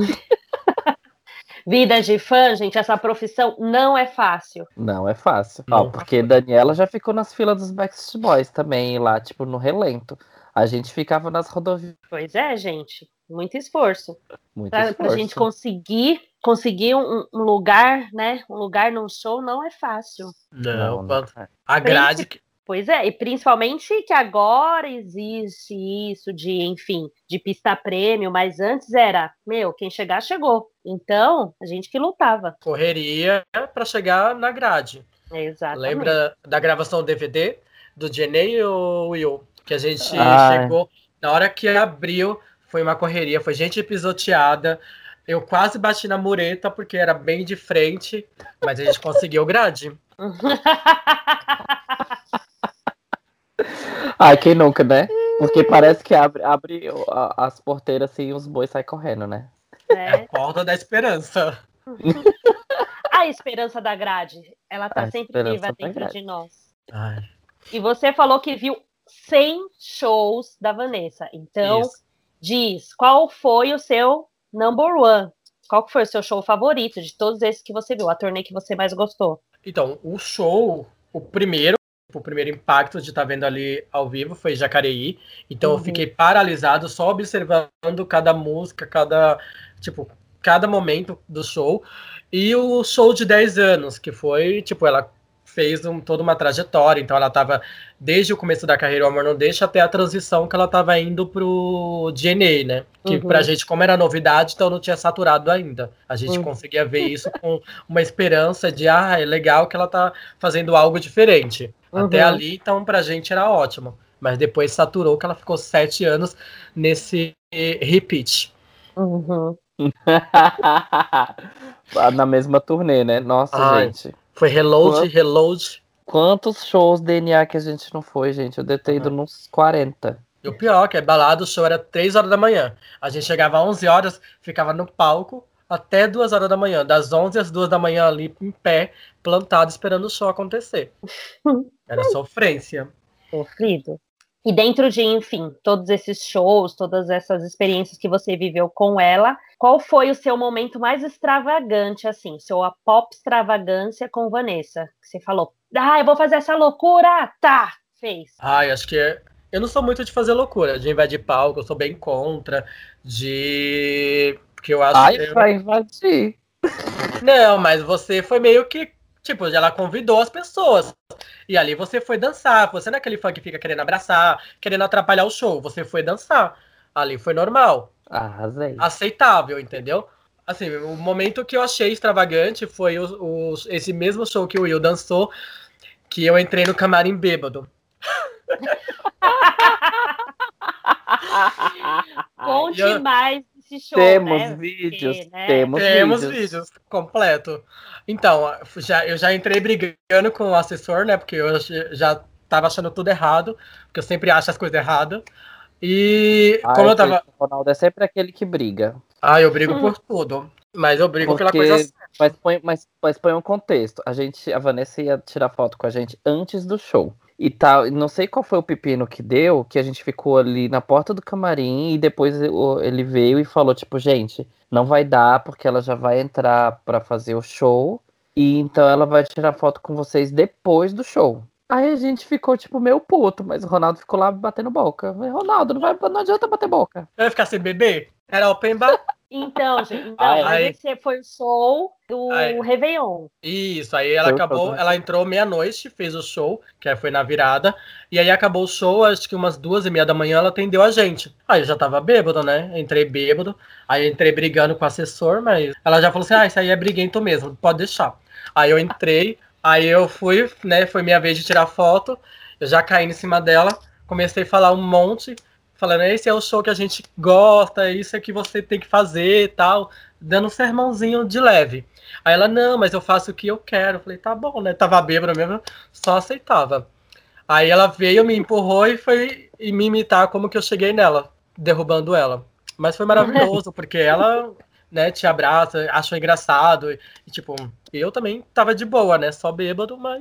Vida de fã, gente, essa profissão não é fácil. Não é fácil. Não. Ó, porque Daniela já ficou nas filas dos Backstreet Boys também, lá, tipo, no relento. A gente ficava nas rodovias. Pois é, gente. Muito esforço. Muito Pra, pra esforço. gente conseguir conseguir um, um lugar, né? Um lugar num show não é fácil. Não, Não, quanto- não é. a grade que Pois é, e principalmente que agora existe isso de, enfim, de pista prêmio, mas antes era, meu, quem chegar, chegou. Então, a gente que lutava. correria para chegar na grade. Exatamente. Lembra da gravação do D V D do Jenny ou Will? Que a gente Ai. chegou, na hora que abriu, foi uma correria, foi gente pisoteada. Eu quase bati na mureta porque era bem de frente, mas a gente conseguiu grade. Ai, quem nunca, né? Porque parece que abre, abre a- as porteiras assim e os bois saem correndo, né? É a É. porta da esperança. A esperança da grade, ela tá A sempre esperança viva da dentro grade. de nós. Ai, E você falou que viu cem shows da Vanessa. Então, isso. diz, qual foi o seu number one? Qual que foi o seu show favorito de todos esses que você viu? A turnê que você mais gostou? Então, o show, o primeiro, o primeiro impacto de estar vendo ali ao vivo foi Jacareí. Então Uhum. eu fiquei paralisado só observando cada música, cada, tipo, cada momento do show. E o show de dez anos, que foi, tipo, ela fez um, toda uma trajetória. Então ela tava desde o começo da carreira O Amor Não Deixa até a transição que ela tava indo pro D N A, né? Que Uhum. pra gente, como era novidade, então não tinha saturado ainda. A gente Uhum. conseguia ver isso com uma esperança de, ah, é legal que ela tá fazendo algo diferente. Uhum. Até ali, então, pra gente era ótimo. Mas depois saturou que ela ficou sete anos nesse repeat. Uhum. Na mesma turnê, né? Nossa, Ai. gente. Foi reload, Quanto- reload. Quantos shows D N A que a gente não foi, gente? Eu devo ter ido Uhum. nos quarenta. E o pior, que é balada, o show era três horas da manhã. A gente chegava às onze horas, ficava no palco até duas horas da manhã. Das onze às duas da manhã ali, em pé, plantado, esperando o show acontecer. Era sofrência. Sofrido. E dentro de, enfim, todos esses shows, todas essas experiências que você viveu com ela, qual foi o seu momento mais extravagante, assim, sua pop extravagância com Vanessa? Que você falou, ah, eu vou fazer essa loucura, tá, fez. Ai, acho que é... Eu não sou muito de fazer loucura, de invadir palco, eu sou bem contra, de... Porque eu acho Ai, que... eu- vai invadir. Não, mas você foi meio que... Tipo, ela convidou as pessoas. E ali você foi dançar. Você não é aquele fã que fica querendo abraçar, querendo atrapalhar o show. Você foi dançar. Ali foi normal. Arrasei. Aceitável, entendeu? Assim, o momento que eu achei extravagante foi o, o- esse mesmo show que o Will dançou, que eu entrei no camarim bêbado. Conte eu- mais desse show, Temos né? vídeos, Porque, né? temos, Temos vídeos. vídeos completo. Então, já, eu já entrei brigando com o assessor, né? Porque eu já tava achando tudo errado, porque eu sempre acho as coisas erradas. E Ai, como eu tava. O Ronaldo é sempre aquele que briga. Ah, eu brigo por tudo. Mas eu brigo pela coisa Porque, certa. mas põe, mas, mas põe um contexto. A gente, a Vanessa ia tirar foto com a gente antes do show. E tal, e não sei qual foi o pepino que deu, que a gente ficou ali na porta do camarim e depois o- ele veio e falou, tipo, gente, não vai dar porque ela já vai entrar pra fazer o show e então ela vai tirar foto com vocês depois do show. Aí a gente ficou, tipo, meio puto, mas o Ronaldo ficou lá batendo boca. Eu falei, Ronaldo, não, vai, não adianta bater boca. Eu ia ficar sem beber? Era open bar? Então, gente, então, Ai, mas ai. esse foi o show do Ai. Réveillon. Isso, aí ela Foi o acabou, show. ela entrou meia-noite, fez o show, que aí foi na virada, e aí acabou o show, acho que umas duas e meia da manhã ela atendeu a gente. Aí eu já tava bêbado, né? Entrei bêbado, aí entrei brigando com o assessor, mas ela já falou assim, ah, isso aí é briguento mesmo, pode deixar. Aí eu entrei, aí eu fui, né, foi minha vez de tirar foto, eu já caí em cima dela, comecei a falar um monte, falando, esse é o show que a gente gosta, isso é que você tem que fazer e tal, dando um sermãozinho de leve. Aí ela, não, mas eu faço o que eu quero. Eu falei, tá bom, né? Tava bêbada mesmo, só aceitava. Aí ela veio, me empurrou e foi e me imitar como que eu cheguei nela, derrubando ela. Mas foi maravilhoso, porque ela, né, te abraça, achou engraçado. E, e, tipo, eu também tava de boa, né? Só bêbado, mas.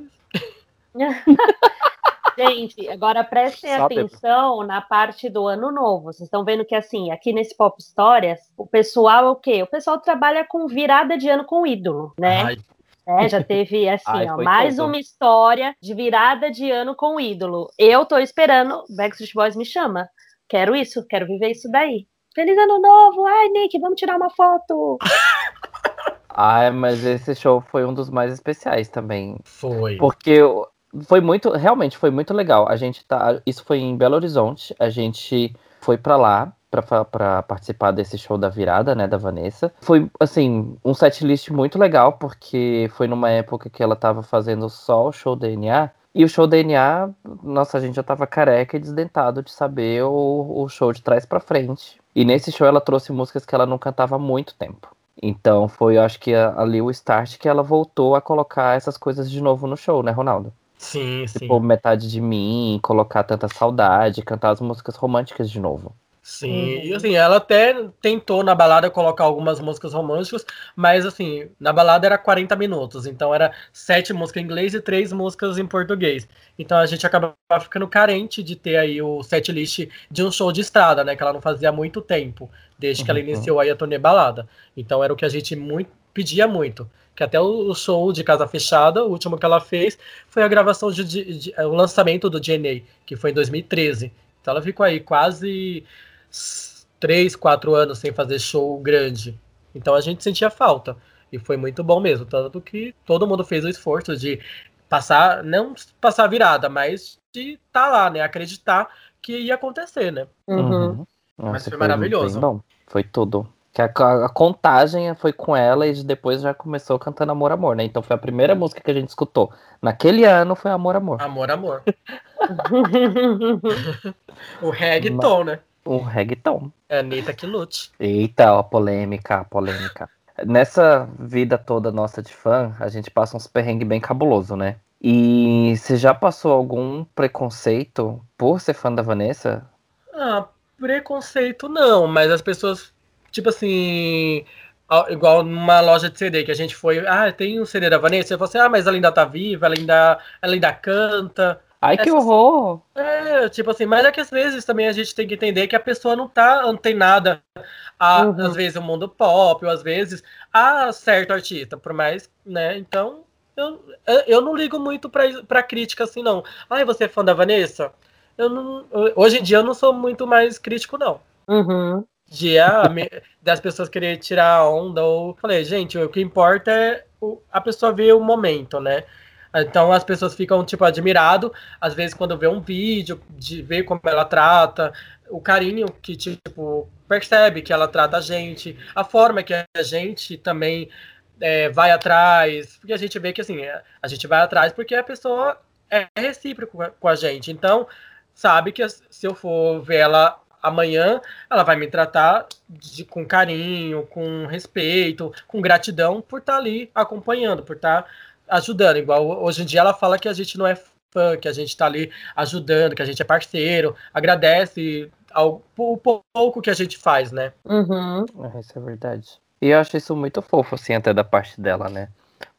Gente, agora prestem Sabe? atenção na parte do ano novo. Vocês estão vendo que, assim, aqui nesse Pop Histórias, o pessoal é o quê? O pessoal trabalha com virada de ano com ídolo, né? Ai, É, já teve, assim, Ai, ó, foi mais tudo. uma história de virada de ano com ídolo. Eu tô esperando, Backstreet Boys me chama. Quero isso, quero viver isso daí. Feliz ano novo! Ai, Nick, vamos tirar uma foto! Ai, mas esse show foi um dos mais especiais também. foi. Porque eu- foi muito, realmente foi muito legal. A gente tá, isso foi em Belo Horizonte. A gente foi pra lá pra, fa- pra participar desse show da virada, né, da Vanessa. Foi assim, um setlist muito legal porque foi numa época que ela tava fazendo só o show D N A. E o show D N A, nossa, a gente já tava careca e desdentado de saber o, o show de trás pra frente. E nesse show ela trouxe músicas que ela não cantava há muito tempo. Então foi, eu acho que a- ali o start que ela voltou a colocar essas coisas de novo no show, né, Ronaldo? Sim, sim. Tipo, Metade de Mim, colocar Tanta Saudade, cantar as músicas românticas de novo. Sim, Uhum. e assim, ela até tentou na balada colocar algumas músicas românticas, mas assim, na balada era quarenta minutos, então era sete músicas em inglês e três músicas em português. Então a gente acabava ficando carente de ter aí o set list de um show de estrada, né, que ela não fazia há muito tempo, desde que ela Uhum. iniciou aí a turnê balada. Então era o que a gente muito, pedia muito. Que até o show de Casa Fechada, o último que ela fez, foi a gravação de, de, de o lançamento do D N A, que foi em dois mil e treze. Então ela ficou aí quase três, quatro anos sem fazer show grande. Então a gente sentia falta. E foi muito bom mesmo. Tanto que todo mundo fez o esforço de passar, não passar a virada, mas de estar tá lá, né? Acreditar que ia acontecer, né? Uhum. Mas Nossa, foi maravilhoso. Bem bom. Foi tudo. Que a, a- a contagem foi com ela e depois já começou cantando Amor, Amor, né? Então foi a primeira música que a gente escutou. Naquele ano foi Amor, Amor. Amor, amor. O reggaeton, né? Um reggaeton. É a Anitta que lute. Eita, ó, polêmica, polêmica. Nessa vida toda nossa de fã, a gente passa uns perrengues bem cabuloso, né? E você já passou algum preconceito por ser fã da Vanessa? Ah, preconceito não, mas as pessoas, tipo assim, a- igual numa loja de C D que a gente foi, ah, tem um C D da Vanessa, você fala assim, ah, mas ela ainda tá viva, ela ainda, ela ainda canta. Ai, que Essas, horror! é, tipo assim, mas é que às vezes também a gente tem que entender que a pessoa não tá antenada a, às Uhum, vezes, o mundo pop, ou às vezes a certo artista, por mais, né, então... Eu, eu não ligo muito pra, pra crítica assim, não. Ai, você é fã da Vanessa? Eu não, hoje em dia eu não sou muito mais crítico, não. uhum, De ah, me- das pessoas querer tirar a onda, ou falei, gente, o que importa é o- a pessoa ver o momento, né? Então as pessoas ficam, tipo, admirado, às vezes, quando vê um vídeo, de ver como ela trata, o carinho que, tipo, percebe que ela trata a gente, a forma que a gente também é, vai atrás, porque a gente vê que, assim, é, a gente vai atrás porque a pessoa é recíproca com a com a gente. Então, sabe que se eu for ver ela amanhã, ela vai me tratar de, com carinho, com respeito, com gratidão por estar ali acompanhando, por estar ajudando. Igual hoje em dia ela fala que a gente não é fã, que a gente está ali ajudando, que a gente é parceiro, agradece ao o pouco que a gente faz, né? uhum. Ah, isso é verdade. E eu acho isso muito fofo, assim, até da parte dela, né?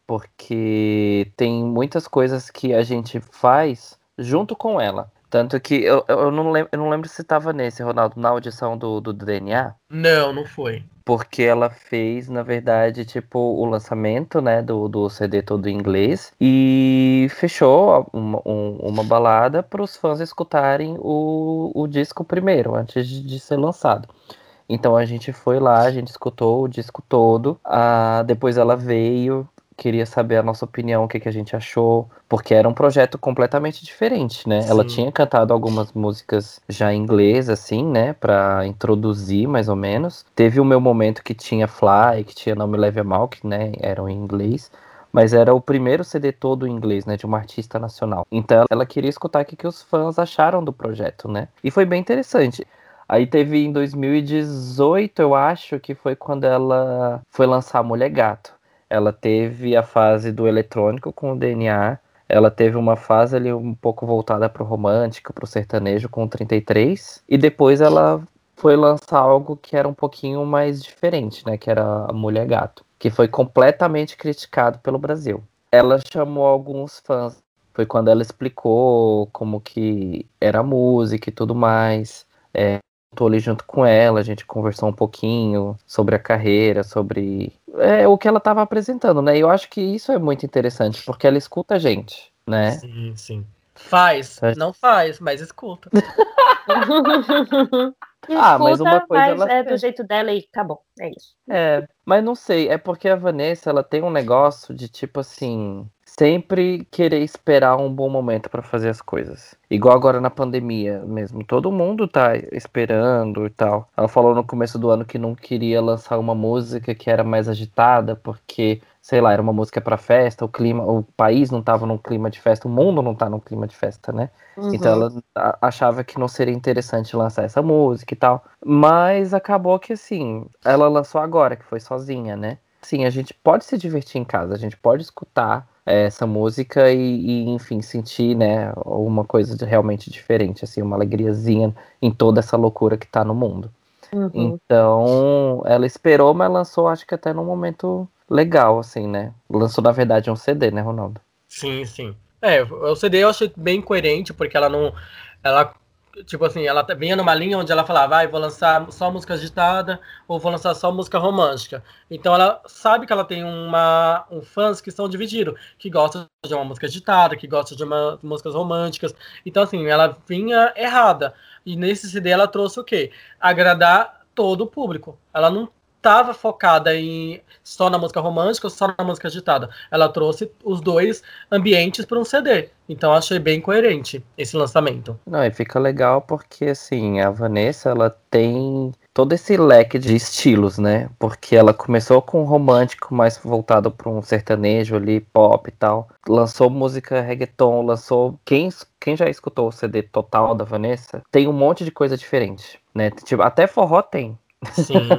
Porque tem muitas coisas que a gente faz junto com ela. Tanto que eu, eu, não, lembro, eu não lembro se estava nesse, Ronaldo, na audição do, do D N A. Não, não foi. Porque ela fez, na verdade, tipo, o lançamento, né, do, do C D todo em inglês. E fechou uma, um- uma balada para os fãs escutarem o, o disco primeiro, antes de, de ser lançado. Então a gente foi lá, a gente escutou o disco todo. Ah, depois ela veio, queria saber a nossa opinião, o que, que a gente achou, porque era um projeto completamente diferente, né? Ela Sim. tinha cantado algumas músicas já em inglês, assim, né? Pra introduzir mais ou menos. Teve o meu momento que tinha Fly, que tinha Não Me Leve a Mal, que, né, eram em inglês. Mas era o primeiro C D todo em inglês, né, de uma artista nacional. Então ela queria escutar o que, que os fãs acharam do projeto, né? E foi bem interessante. Aí teve em dois mil e dezoito, eu acho, que foi quando ela foi lançar Mulher Gato. Ela teve a fase do eletrônico com o D N A. Ela teve uma fase ali um pouco voltada pro romântico, pro sertanejo com o trinta e três. E depois ela foi lançar algo que era um pouquinho mais diferente, né? Que era a Mulher Gato. Que foi completamente criticado pelo Brasil. Ela chamou alguns fãs. Foi quando ela explicou como que era a música e tudo mais. É, tô ali junto com ela, a gente conversou um pouquinho sobre a carreira, sobre é, o que ela estava apresentando, né? E eu acho que isso é muito interessante, porque ela escuta a gente, né? Sim, sim. Faz, Então, não faz, mas escuta. ah, mas uma Escuta, coisa mas ela é do fez. jeito dela e acabou. É isso. É, mas não sei, é porque a Vanessa, ela tem um negócio de tipo assim, sempre querer esperar um bom momento pra fazer as coisas. Igual agora na pandemia mesmo, todo mundo tá esperando e tal. Ela falou no começo do ano que não queria lançar uma música que era mais agitada, porque, sei lá, era uma música pra festa, o clima, o país não tava num clima de festa, o mundo não tá num clima de festa, né? Então Uhum. ela a- achava que não seria interessante lançar essa música e tal. Mas acabou que assim, ela lançou agora, que foi sozinha, né? Sim, a gente pode se divertir em casa, a gente pode escutar é, essa música e, e, enfim, sentir, né, uma coisa de- realmente diferente, assim, uma alegriazinha em toda essa loucura que tá no mundo. Uhum. Então, ela esperou, mas lançou, acho que até num momento legal, assim, né? Lançou, na verdade, um C D, né, Ronaldo? Sim, sim. É, o C D eu achei bem coerente, porque ela não. Ela, tipo assim, ela vinha numa linha onde ela falava, vai, vou lançar só música agitada ou vou lançar só música romântica. Então ela sabe que ela tem uma, um fãs que são divididos, que gostam de uma música agitada, que gostam de uma, músicas românticas. Então, assim, ela vinha errada. E nesse C D ela trouxe o quê? Agradar todo o público. Ela não estava focada em só na música romântica ou só na música agitada. Ela trouxe os dois ambientes para um C D. Então achei bem coerente esse lançamento. Não, e fica legal porque, assim, a Vanessa, ela tem todo esse leque de estilos, né? Porque ela começou com um romântico mais voltado para um sertanejo ali, pop e tal. Lançou música reggaeton, lançou... Quem, quem já escutou o C D total da Vanessa, tem um monte de coisa diferente, né? Tipo, até forró tem. Sim.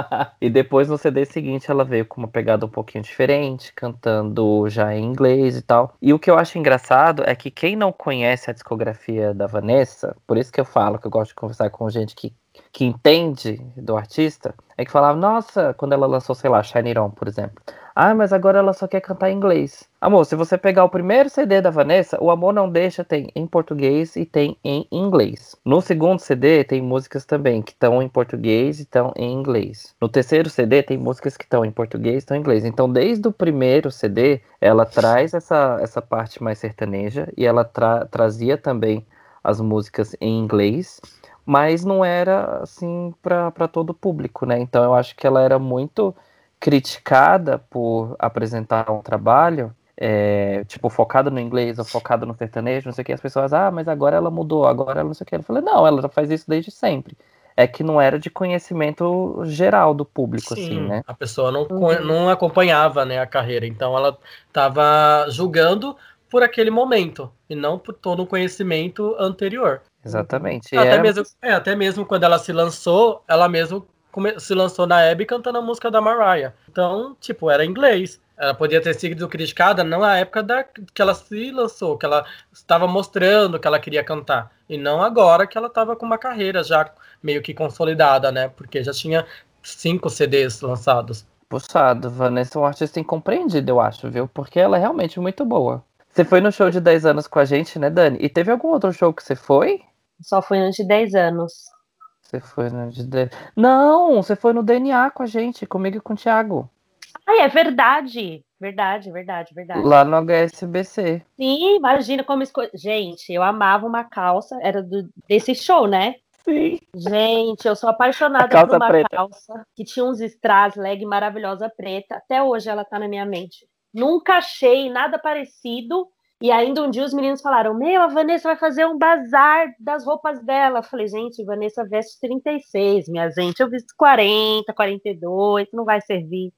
E depois no C D seguinte ela veio com uma pegada um pouquinho diferente, cantando já em inglês e tal. E o que eu acho engraçado é que quem não conhece a discografia da Vanessa, por isso que eu falo que eu gosto de conversar com gente que, que entende do artista, é que falava, nossa, quando ela lançou, sei lá, Shine It On, por exemplo. Ah, mas agora ela só quer cantar em inglês. Amor, se você pegar o primeiro C D da Vanessa, O Amor Não Deixa tem em português e tem em inglês. No segundo C D tem músicas também que estão em português e estão em inglês. No terceiro C D tem músicas que estão em português e estão em inglês. Então, desde o primeiro C D, ela traz essa, essa parte mais sertaneja e ela tra- trazia também as músicas em inglês, mas não era assim para todo o público, né? Então, eu acho que ela era muito criticada por apresentar um trabalho é, tipo, focado no inglês ou focado no sertanejo, não sei o que, as pessoas, ah, mas agora ela mudou, agora ela não sei o que. Eu falei, não, ela já faz isso desde sempre. É que não era de conhecimento geral do público, assim, Sim, né? a pessoa não, co- Uhum. não acompanhava, né, a carreira, então ela estava julgando por aquele momento e não por todo o conhecimento anterior. Exatamente. E Até é, mesmo, é, até mesmo quando ela se lançou, ela mesmo come- se lançou na Abby cantando a música da Mariah. Então, tipo, era inglês. Ela podia ter sido criticada não na época da, que ela se lançou, que ela estava mostrando que ela queria cantar. E não agora que ela estava com uma carreira já meio que consolidada, né? Porque já tinha cinco C Ds lançados. puxado. Vanessa é um artista incompreendido, eu acho, viu? Porque ela é realmente muito boa. Você foi no show de dez anos com a gente, né, Dani? E teve algum outro show que você foi? Só fui antes de dez anos. Você foi no de... de- Não, você foi no D N A com a gente, comigo e com o Thiago. Ai, é verdade. Verdade, verdade, verdade. Lá no H S B C. Sim, imagina como escolher. Gente, eu amava uma calça, era do, desse show, né? Sim. Gente, eu sou A apaixonada por calça uma preta. calça que tinha uns strass, leg maravilhosa preta. Até hoje ela tá na minha mente. Nunca achei nada parecido. E ainda um dia os meninos falaram: Meu, a Vanessa vai fazer um bazar das roupas dela. Eu falei: Gente, Vanessa veste trinta e seis, minha gente. Eu visto quarenta, quarenta e dois, não vai servir.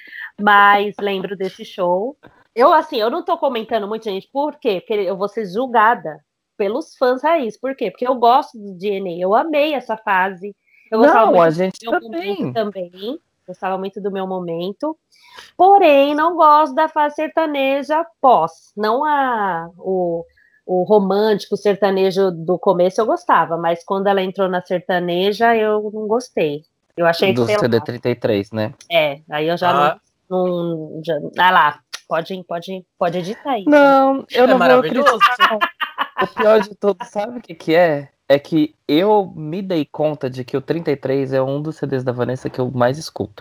Mas lembro desse show. Eu, assim, eu não tô comentando muito, gente, por quê? Porque eu vou ser julgada pelos fãs raiz. Por quê? Porque eu gosto do D N A, eu amei essa fase. Eu gostava Não, muito a do gente meu momento também. também. Gostava muito do meu momento. Porém, não gosto da fase sertaneja pós. Não a, o, o romântico sertanejo do começo eu gostava, mas quando ela entrou na sertaneja, eu não gostei. Eu achei que, Do sei C D lá, trinta e três, né? é, aí eu já não. Ah, não já, ah lá, pode, pode, pode editar isso. Não, eu é não vou maravilhoso. criticar. O pior de tudo, sabe o que que é? É que eu me dei conta de que o trinta e três é um dos C Ds da Vanessa que eu mais escuto.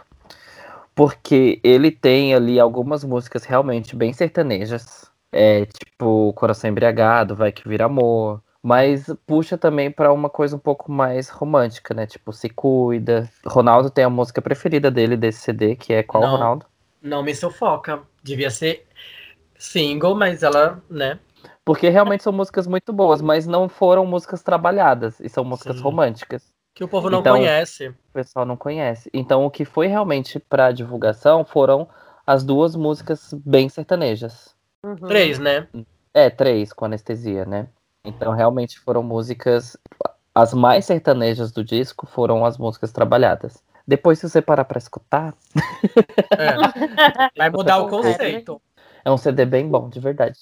Porque ele tem ali algumas músicas realmente bem sertanejas. É tipo Coração Embriagado, Vai Que Vira Amor. Mas puxa também pra uma coisa um pouco mais romântica, né? Tipo Se Cuida. Ronaldo tem a música preferida dele desse C D, que é qual, Não, Ronaldo? não me sufoca. Devia ser single, mas ela, né? Porque realmente são músicas muito boas, mas não foram músicas trabalhadas. E são músicas Sim. românticas. Que o povo não Então, conhece. o pessoal não conhece. Então, o que foi realmente pra divulgação foram as duas músicas bem sertanejas. Uhum. Três, né? É, três com anestesia, né? Então, realmente foram músicas. As mais sertanejas do disco foram as músicas trabalhadas. Depois, se você parar pra escutar, É. Vai escuta mudar o com calma. conceito. É um C D bem bom, de verdade.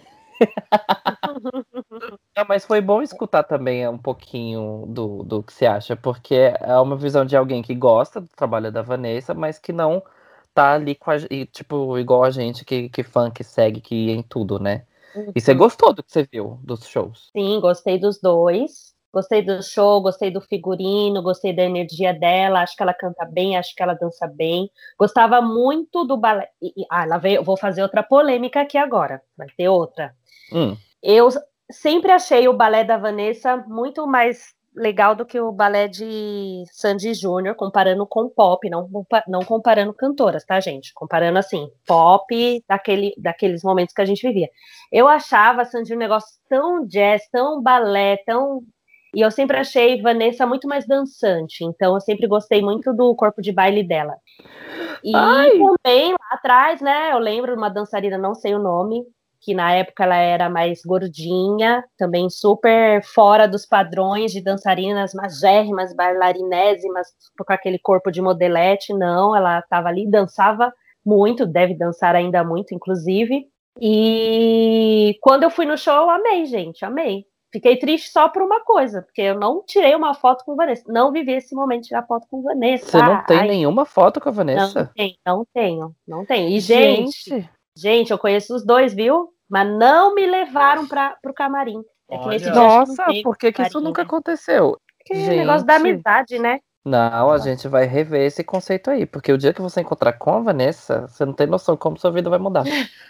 Não, mas foi bom escutar também um pouquinho do, do que você acha, porque é uma visão de alguém que gosta do trabalho da Vanessa, mas que não tá ali com a, e, tipo, igual a gente, que, que fã, que segue, que ia em tudo, né? E você Uhum. gostou do que você viu dos shows? Sim, gostei dos dois. Gostei do show, gostei do figurino, gostei da energia dela. Acho que ela canta bem, acho que ela dança bem. Gostava muito do balé. E- e- ah, lá veio, vou fazer outra polêmica aqui agora. Vai ter outra. Hum, Eu sempre achei o balé da Vanessa muito mais legal do que o balé de Sandy Júnior, comparando com pop, não, compa- não comparando cantoras, tá, gente? Comparando assim, pop daquele, daqueles momentos que a gente vivia. Eu achava a Sandy um negócio tão jazz, tão balé, tão. E eu sempre achei Vanessa muito mais dançante, então eu sempre gostei muito do corpo de baile dela. E Ai! também lá atrás, né, eu lembro de uma dançarina, não sei o nome, que na época ela era mais gordinha, também super fora dos padrões de dançarinas magérrimas, bailarinésimas, com aquele corpo de modelete. Não, ela estava ali, dançava muito, deve dançar ainda muito, inclusive. E quando eu fui no show, eu amei, gente, amei. Fiquei triste só por uma coisa, porque eu não tirei uma foto com Vanessa. Não vivi esse momento de tirar foto com Vanessa. Você não tem Ai, nenhuma foto com a Vanessa? não tenho, não tenho, não tenho. E, gente, Gente, gente, eu conheço os dois, viu? Mas não me levaram para o camarim. É que nesse Olha. dia a gente não nossa, veio por que, que pro isso camarim, nunca né? aconteceu? Porque é negócio da Gente. amizade, né? Não, a gente vai rever esse conceito aí, porque o dia que você encontrar com a Vanessa, você não tem noção como sua vida vai mudar.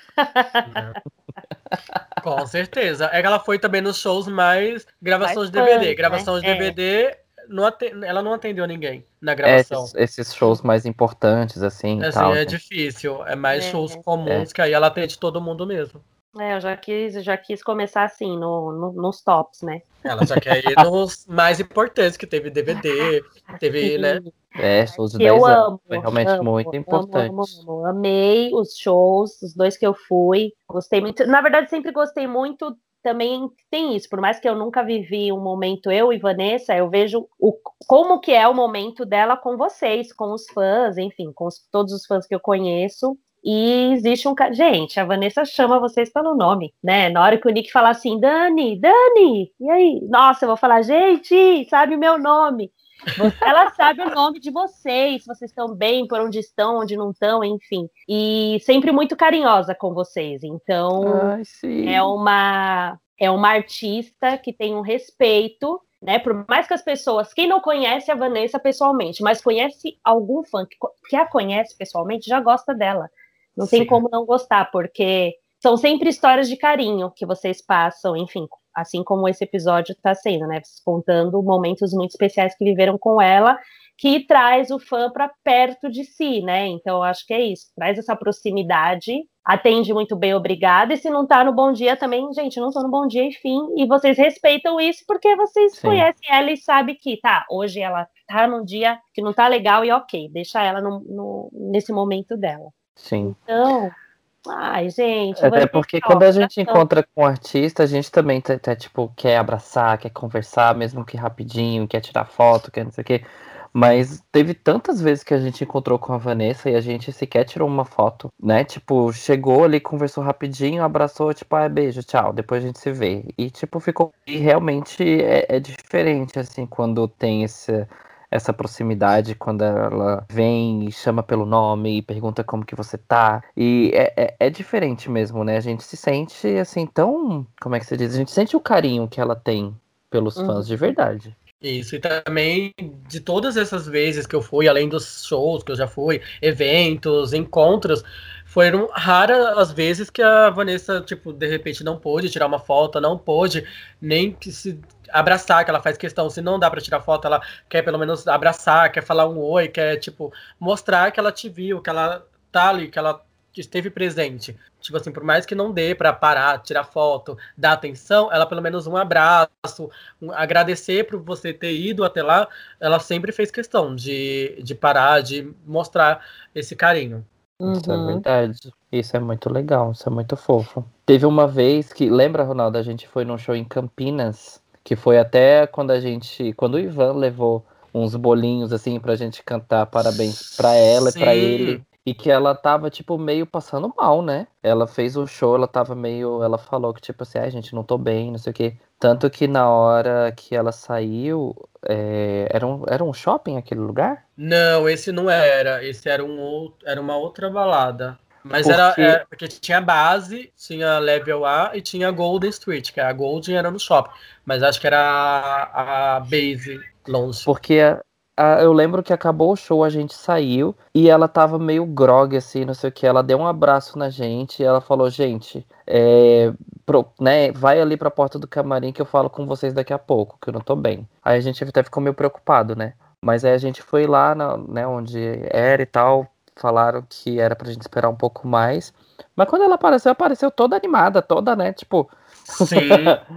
Com certeza. É que ela foi também nos shows mais gravação Mais de D V D. fãs, Gravação né? de D V D, não aten- ela não atendeu ninguém na É, gravação. esses, esses shows mais importantes, assim, e Assim, tal. é né? difícil. É mais É. shows comuns, que aí ela atende todo mundo mesmo. É, eu já quis, eu já quis começar assim, no, no- nos tops, né? Ela já quer ir nos mais importantes, que teve D V D, teve, né? É, shows de Que eu dez anos. amo, Foi realmente amo, muito amo, importante. amo, amo. Amei os shows, os dois que eu fui. Gostei muito. Na verdade, sempre gostei muito. Também tem isso, por mais que eu nunca vivi um momento, eu e Vanessa, eu vejo o, como que é o momento dela com vocês, com os fãs, enfim, com os- todos os fãs que eu conheço. E existe um. ca- Gente, a Vanessa chama vocês pelo nome, né? Na hora que o Nick fala assim, Dani, Dani, e aí? Nossa, eu vou falar, gente, sabe o meu nome. Ela sabe o nome de vocês, se vocês estão bem, por onde estão, onde não estão, enfim. E sempre muito carinhosa com vocês. Então, Ai, sim. é uma é uma artista que tem um respeito, né? Por mais que as pessoas, quem não conhece a Vanessa pessoalmente, mas conhece algum fã que, que a conhece pessoalmente, já gosta dela. Não tem Sim. como não gostar, porque são sempre histórias de carinho que vocês passam, enfim, assim como esse episódio está sendo, né? Vocês contando momentos muito especiais que viveram com ela, que traz o fã para perto de si, né? Então, eu acho que é isso, traz essa proximidade, atende muito bem, obrigada, e se não tá no bom dia também, gente, não tô no bom dia, enfim, e vocês respeitam isso porque vocês Sim. conhecem ela e sabem que, tá, hoje ela tá num dia que não tá legal e ok, deixa ela no, no, nesse momento dela. Sim. Então, ai, gente, Até Vanessa, porque ó, quando a gente coração. encontra com um artista, a gente também tá, tá, tipo, quer abraçar, quer conversar, mesmo que rapidinho, quer tirar foto, quer não sei o quê. Mas teve tantas vezes que a gente encontrou com a Vanessa e a gente sequer tirou uma foto, né? Tipo, chegou ali, conversou rapidinho, abraçou, tipo, ah, beijo, tchau, depois a gente se vê. E, tipo, ficou... E realmente é, é diferente, assim, quando tem esse... essa proximidade, quando ela vem e chama pelo nome e pergunta como que você tá. E é, é, é diferente mesmo, né? A gente se sente, assim, tão... Como é que se diz? A gente sente o carinho que ela tem pelos Uhum. fãs de verdade. Isso, e também de todas essas vezes que eu fui, além dos shows que eu já fui, eventos, encontros, foram raras as vezes que a Vanessa, tipo, de repente não pôde tirar uma foto, não pôde nem que se abraçar, que ela faz questão, se não dá pra tirar foto, ela quer pelo menos abraçar, quer falar um oi, quer, tipo, mostrar que ela te viu, que ela tá ali, que ela esteve presente. Tipo assim, por mais que não dê pra parar, tirar foto, dar atenção, ela pelo menos um abraço, um, agradecer por você ter ido até lá, ela sempre fez questão de, de parar, de mostrar esse carinho. Isso é Uhum. verdade. Isso é muito legal, isso é muito fofo. Teve uma vez que, lembra, Ronaldo, a gente foi num show em Campinas, que foi até quando a gente, quando o Ivan levou uns bolinhos assim pra gente cantar parabéns pra ela e pra Sim. ele. E que ela tava, tipo, meio passando mal, né? Ela fez o show, ela tava meio... Ela falou que, tipo assim, ai, gente, não tô bem, não sei o quê. Tanto que na hora que ela saiu, é, era, um, era um shopping aquele lugar? Não, esse não era. Esse era, um outro, era uma outra balada. Mas Porque- era, é, porque tinha base, tinha Level A e tinha Golden Street, que a Golden era no shopping. Mas acho que era a, a Base longe. Porque a- a- eu lembro que acabou o show, a gente saiu e ela tava meio grog, assim, não sei o que. Ela deu um abraço na gente e ela falou, gente, é, pro- né, vai ali pra porta do camarim que eu falo com vocês daqui a pouco, que eu não tô bem. Aí a gente até ficou meio preocupado, né? Mas aí a gente foi lá, na- né, onde era e tal, falaram que era pra gente esperar um pouco mais. Mas quando ela apareceu, apareceu toda animada, toda, né, tipo... Sim.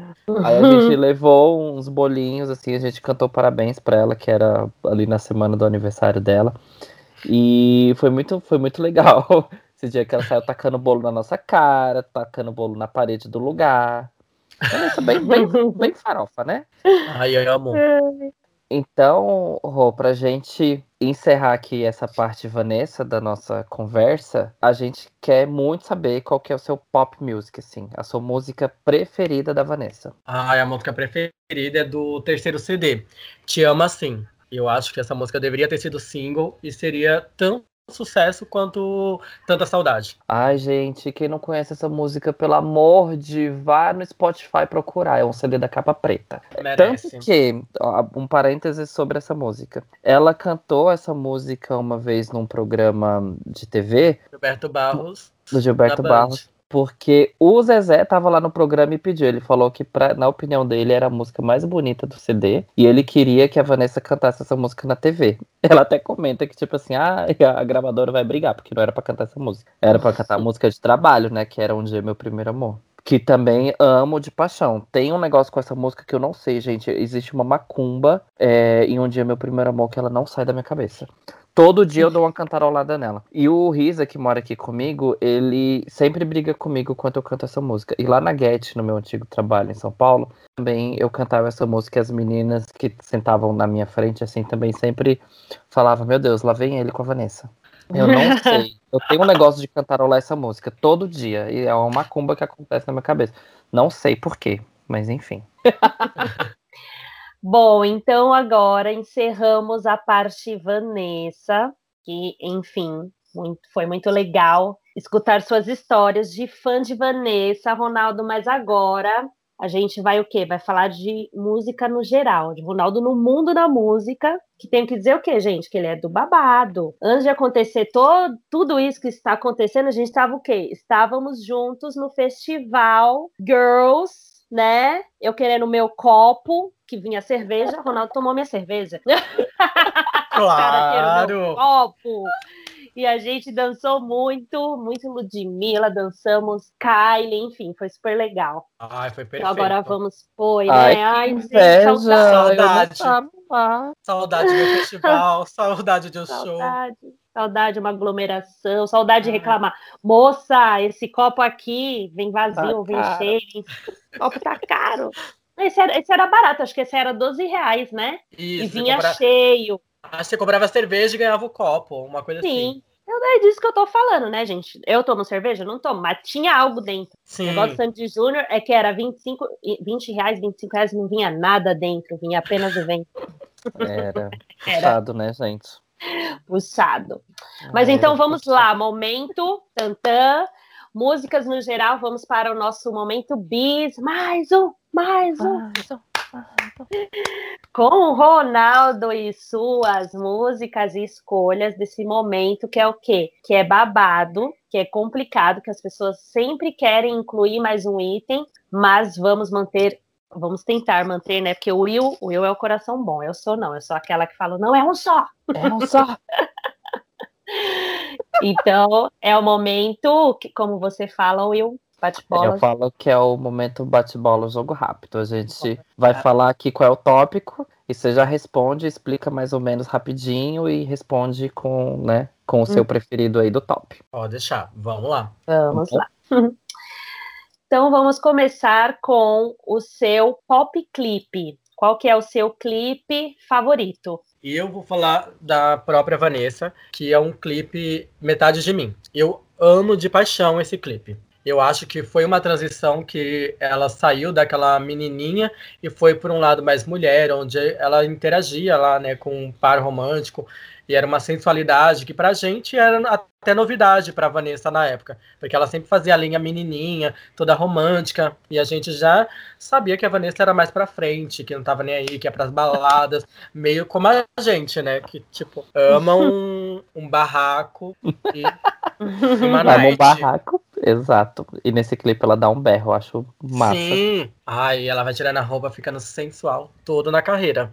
Aí a gente levou uns bolinhos, assim, a gente cantou parabéns pra ela, que era ali na semana do aniversário dela. E foi muito, foi muito legal. Esse dia que ela saiu tacando bolo na nossa cara, tacando bolo na parede do lugar. Vanessa bem, bem, bem farofa, né? Ai, eu amo. Então, Rô, pra gente encerrar aqui essa parte, Vanessa, da nossa conversa, a gente quer muito saber qual que é o seu pop music, assim, a sua música preferida da Vanessa. Ai, a música preferida é do terceiro C D, Te Amo Assim. Eu acho que essa música deveria ter sido single e seria tão sucesso quanto Tanta Saudade. Ai, gente, quem não conhece essa música, pelo amor de, vá no Spotify procurar, é um C D da capa preta. Merece. Tanto que, ó, um parênteses sobre essa música, ela cantou essa música uma vez num programa de T V, Gilberto Barros. do Gilberto na Band. Barros, porque o Zezé tava lá no programa e pediu. Ele falou que, pra, na opinião dele, era a música mais bonita do C D. E ele queria que a Vanessa cantasse essa música na T V. Ela até comenta que, tipo assim, ah, a gravadora vai brigar, porque não era pra cantar essa música. Era pra cantar a música de trabalho, né? Que era Um Dia Meu Primeiro Amor. Que também amo de paixão. Tem um negócio com essa música que eu não sei, gente. Existe uma macumba é, em Um Dia Meu Primeiro Amor que ela não sai da minha cabeça. Todo dia eu dou uma cantarolada nela. E o Risa, que mora aqui comigo, ele sempre briga comigo quando eu canto essa música. E lá na Get, no meu antigo trabalho em São Paulo, também eu cantava essa música e as meninas que sentavam na minha frente, assim, também sempre falavam, meu Deus, lá vem ele com a Vanessa. Eu não sei. Eu tenho um negócio de cantarolar essa música todo dia. E é uma macumba que acontece na minha cabeça. Não sei por quê, mas enfim. Bom, então agora encerramos a parte Vanessa, que, enfim, muito, foi muito legal escutar suas histórias de fã de Vanessa, Ronaldo, mas agora a gente vai o quê? Vai falar de música no geral, de Ronaldo no mundo da música, que tem que dizer o quê, gente? Que ele é do babado. Antes de acontecer todo, tudo isso que está acontecendo, a gente estava o quê? Estávamos juntos no festival Girls, né? Eu querendo o meu copo, que vinha cerveja, Ronaldo tomou minha cerveja. Claro! Meu copo. E a gente dançou muito, muito Ludmilla, dançamos Kylie, enfim, foi super legal. Ai, foi perfeito. Então agora vamos pôr, né? Ai, Ai, que gente, inveja! Saudade. Eu não tava lá. Saudade do festival, saudade de um show. Saudade, saudade, uma aglomeração, saudade de reclamar. Moça, esse copo aqui vem vazio, Tá vem caro. cheio, esse copo tá caro. Esse era, esse era barato, acho que esse era doze reais, né? Isso, E você vinha compra- cheio. Acho que você comprava cerveja e ganhava o copo, uma coisa assim. Sim. Então é disso que eu tô falando, né, gente? Eu tomo cerveja? Não tomo, mas tinha algo dentro. O Sim. negócio do Sandy Júnior é que era vinte e cinco, vinte reais, vinte e cinco reais, não vinha nada dentro, vinha apenas o vento. Era Era puxado, né, gente? puxado. Mas Era então vamos puxado. lá, momento, tantã, músicas no geral, vamos para o nosso momento bis, mais um, mais um. Mais um. Com o Ronaldo e suas músicas e escolhas desse momento, que é o quê? Que é babado, que é complicado, que as pessoas sempre querem incluir mais um item, mas vamos manter, vamos tentar manter, né? Porque o Will, o Will é o coração bom, eu sou não, eu sou aquela que fala, não, é um só. É um só. Então, é o momento, que, como você fala, Will, bate-bola. Eu falo que é o momento bate-bola, jogo rápido. A gente vai falar aqui qual é o tópico e você já responde, explica mais ou menos rapidinho e responde com, né, com o seu Hum. preferido aí do top. Pode deixar, vamos lá. Vamos Uhum. lá. Então, vamos começar com o seu pop clipe. Qual que é o seu clipe favorito? E eu vou falar da própria Vanessa, que é um clipe Metade de Mim. Eu amo de paixão esse clipe. Eu acho que foi uma transição que ela saiu daquela menininha e foi por um lado mais mulher, onde ela interagia lá, né, com um par romântico. E era uma sensualidade que pra gente era até novidade pra Vanessa na época. Porque ela sempre fazia a linha menininha, toda romântica. E a gente já sabia que a Vanessa era mais pra frente, que não tava nem aí, que ia pras baladas. Meio como a gente, né? Que, tipo, ama um, um barraco e uma Vai num night. barraco, exato. E nesse clipe ela dá um berro, eu acho massa. Sim. Ai, ela vai tirando a roupa, ficando sensual, todo na carreira.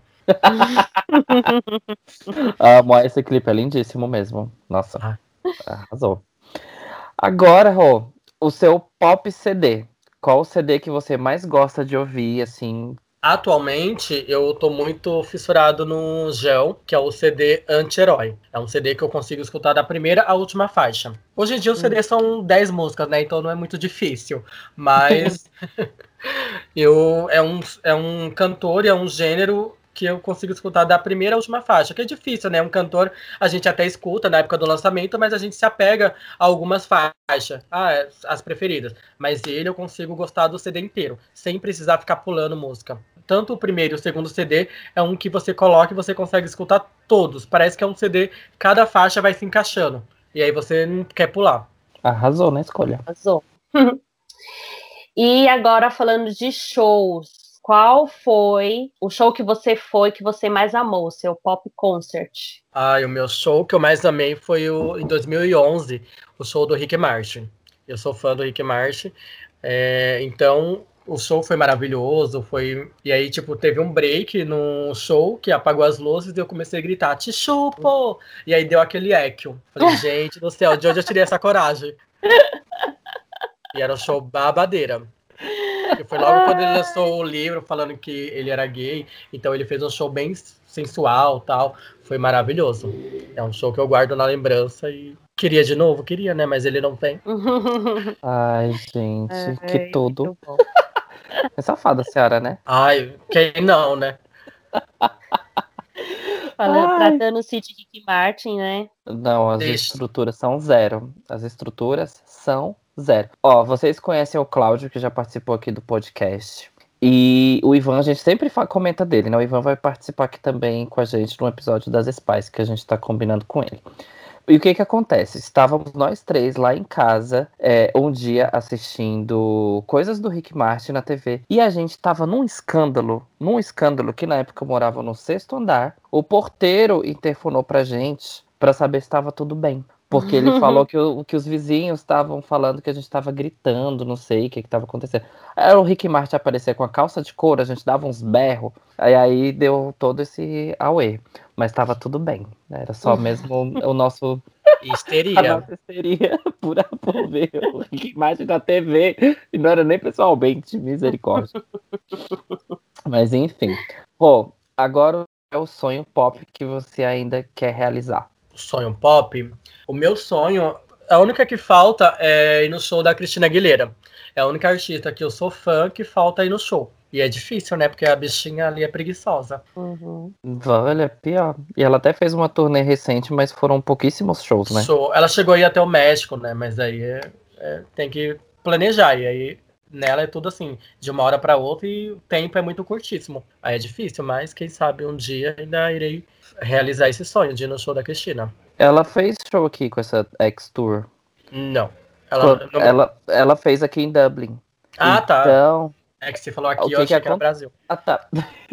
Amo, esse clipe é lindíssimo mesmo. Nossa, Ah. arrasou. Agora, Rô, o seu pop C D. Qual o C D que você mais gosta de ouvir, assim, Atualmente, eu tô muito fissurado no Gel, que é o C D Anti-Herói. É um C D que eu consigo escutar da primeira à última faixa. Hoje em dia, os C Ds são dez músicas, né? Então não é muito difícil. Mas eu, é, um, é um cantor e é um gênero que eu consigo escutar da primeira à última faixa, que é difícil, né? Um cantor a gente até escuta na época do lançamento, mas a gente se apega a algumas faixas, ah, as preferidas. Mas ele eu consigo gostar do C D inteiro, sem precisar ficar pulando música. Tanto o primeiro e o segundo C D é um que você coloca e você consegue escutar todos. Parece que é um C D, cada faixa vai se encaixando. E aí você não quer pular. Arrasou na escolha. Arrasou. E agora falando de shows, qual foi o show que você foi que você mais amou, seu pop concert? Ah, o meu show que eu mais amei foi o, em dois mil e onze, o show do Rick Martin. Eu sou fã do Rick Martin, é, então o show foi maravilhoso, foi... E aí, tipo, teve um break no show que apagou as luzes e eu comecei a gritar, te chupo! E aí deu aquele eco. Falei, gente do céu, de onde eu tirei essa coragem? E era um show babadeira. E foi logo quando ele lançou o livro falando que ele era gay, então ele fez um show bem sensual e tal. Foi maravilhoso. É um show que eu guardo na lembrança e queria de novo, queria, né? Mas ele não tem. Ai, gente, Ai, que tudo. muito bom. É safada a senhora, né? Ai, quem não, né? Falando, Ai. tratando-se de Rick Martin, né? Não, as Deixa. estruturas são zero. As estruturas são zero. Ó, vocês conhecem o Cláudio, que já participou aqui do podcast. E o Ivan, a gente sempre fa- comenta dele, né? O Ivan vai participar aqui também com a gente no episódio das Spice, que a gente tá combinando com ele. E o que que acontece? Estávamos nós três lá em casa, é, um dia assistindo coisas do Rick Martin na T V. E a gente tava num escândalo, num escândalo que na época eu morava no sexto andar. O porteiro interfonou pra gente pra saber se estava tudo bem. Porque ele falou que, o- que os vizinhos estavam falando que a gente tava gritando, não sei o que que tava acontecendo. Era o Rick Martin aparecer com a calça de couro, a gente dava uns berros. Aí, aí deu todo esse auê. Mas tava tudo bem, né? Era só mesmo o nosso... A Histeria. nossa histeria pura por ver o Rick Martin na T V. E não era nem pessoalmente, misericórdia. Mas enfim. Pô, agora é o sonho pop que você ainda quer realizar. Sonho pop. O meu sonho, a única que falta é ir no show da Cristina Aguilera. É a única artista que eu sou fã que falta ir no show. E é difícil, né? Porque a bichinha ali é preguiçosa. Uhum. Olha, pior. E ela até fez uma turnê recente, mas foram pouquíssimos shows, né? Show. Ela chegou aí até o México, né? Mas aí é, é- tem que planejar. E aí nela é tudo assim, de uma hora para outra e o tempo é muito curtíssimo. Aí é difícil, mas quem sabe um dia ainda irei realizar esse sonho de ir no show da Cristina. Ela fez show aqui com essa X-Tour. Não. Ela, Quando- não- Ela, ela fez aqui em Dublin. Ah, tá. Então... É que você falou O aqui, que eu que achei que era aconte- Brasil. Ah, tá.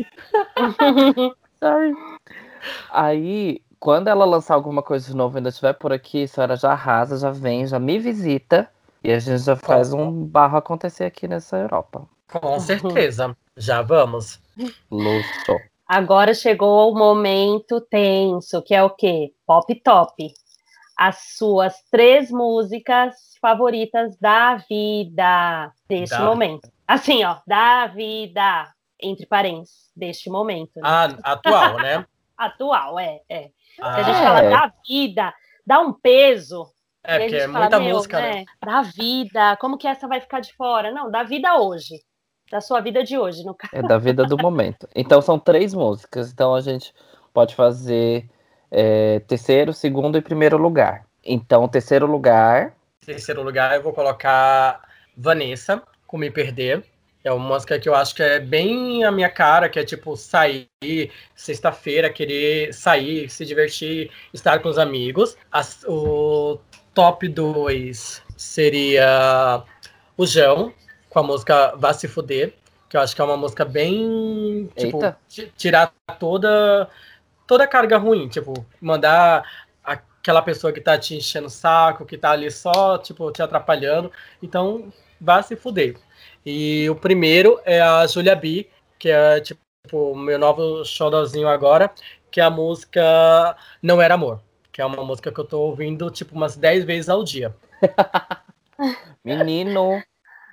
Sorry. Aí, quando ela lançar alguma coisa de novo e ainda estiver por aqui, a senhora já arrasa, já vem, já me visita. E a gente já faz um barro acontecer aqui nessa Europa. Com certeza. Já vamos. Luxo. Agora chegou o momento tenso, que é o quê? Pop Top. As suas três músicas favoritas da vida deste Da- momento. Assim, ó, da vida, entre parênteses, deste momento. Né? Ah, atual, né? Atual, é, é. Se Ah, a gente É. fala da vida, dá um peso. é, e a porque gente é fala, muita meu, música, né? Da vida, como que essa vai ficar de fora? Não, da vida hoje. Da sua vida de hoje, no caso. É da vida do momento. Então são três músicas. Então a gente pode fazer é, terceiro, segundo e primeiro lugar. Então, terceiro lugar. Em terceiro lugar, eu vou colocar Vanessa, com Me Perder. É uma música que eu acho que é bem a minha cara, que é tipo sair sexta-feira, querer sair, se divertir, estar com os amigos. As- o top dois seria o João, com a música Vá Se Fuder, que eu acho que é uma música bem, tipo, Eita. ti- tirar toda, toda a carga ruim, tipo, mandar aquela pessoa que tá te enchendo o saco, que tá ali só, tipo, te atrapalhando. Então, vá se fuder. E o primeiro é a Julia B, que é, tipo, o meu novo xodózinho agora, que é a música Não Era Amor, que é uma música que eu tô ouvindo, tipo, umas dez vezes ao dia. Menino,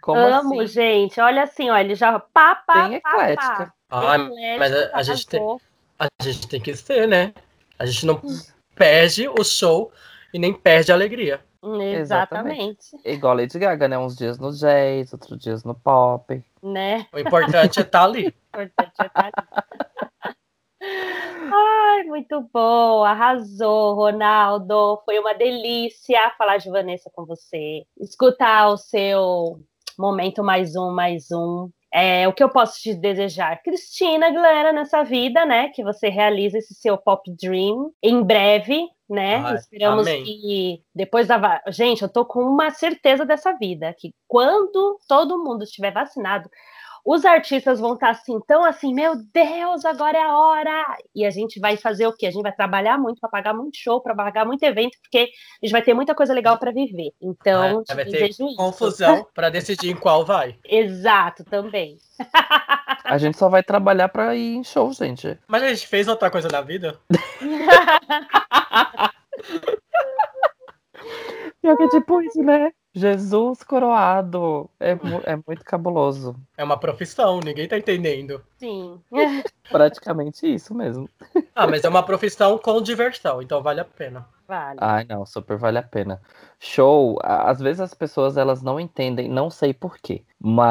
Como Amo, assim? gente. Olha assim, ó, ele já pá, pá, Bem pá, pá. eclética. Ah, Eclético, mas a, a gente tem, arrasou. a gente tem que ser, né? A gente não perde o show e nem perde a alegria. Exatamente. Exatamente, Igual Lady Gaga, né? Uns dias no jazz, outros dias no pop. né? O importante é estar ali. O importante é estar ali. Ai, muito bom, arrasou, Ronaldo. Foi uma delícia falar de Vanessa com você. Escutar o seu momento mais um, mais um. É, o que eu posso te desejar, Cristina Aguilera, nessa vida, né? Que você realize esse seu pop dream em breve, né? Ai, Esperamos amém. que depois da. va- Gente, eu tô com uma certeza dessa vida, que quando todo mundo estiver vacinado, os artistas vão estar assim, tão assim, meu Deus, agora é a hora! E a gente vai fazer o quê? A gente vai trabalhar muito para pagar muito show, para pagar muito evento, porque a gente vai ter muita coisa legal para viver. Então, Ai, te vai ter desejo isso. confusão para decidir em qual vai. Exato, também. A gente só vai trabalhar pra ir em show, gente. Mas a gente fez outra coisa na vida? Pior que é tipo isso, né? Jesus coroado. É, mu- é muito cabuloso. É uma profissão, ninguém tá entendendo. Sim. Praticamente isso mesmo. Ah, mas é uma profissão com diversão, então vale a pena. Vale. Ai, não, super vale a pena. Show, a- às vezes as pessoas elas não entendem, não sei por quê,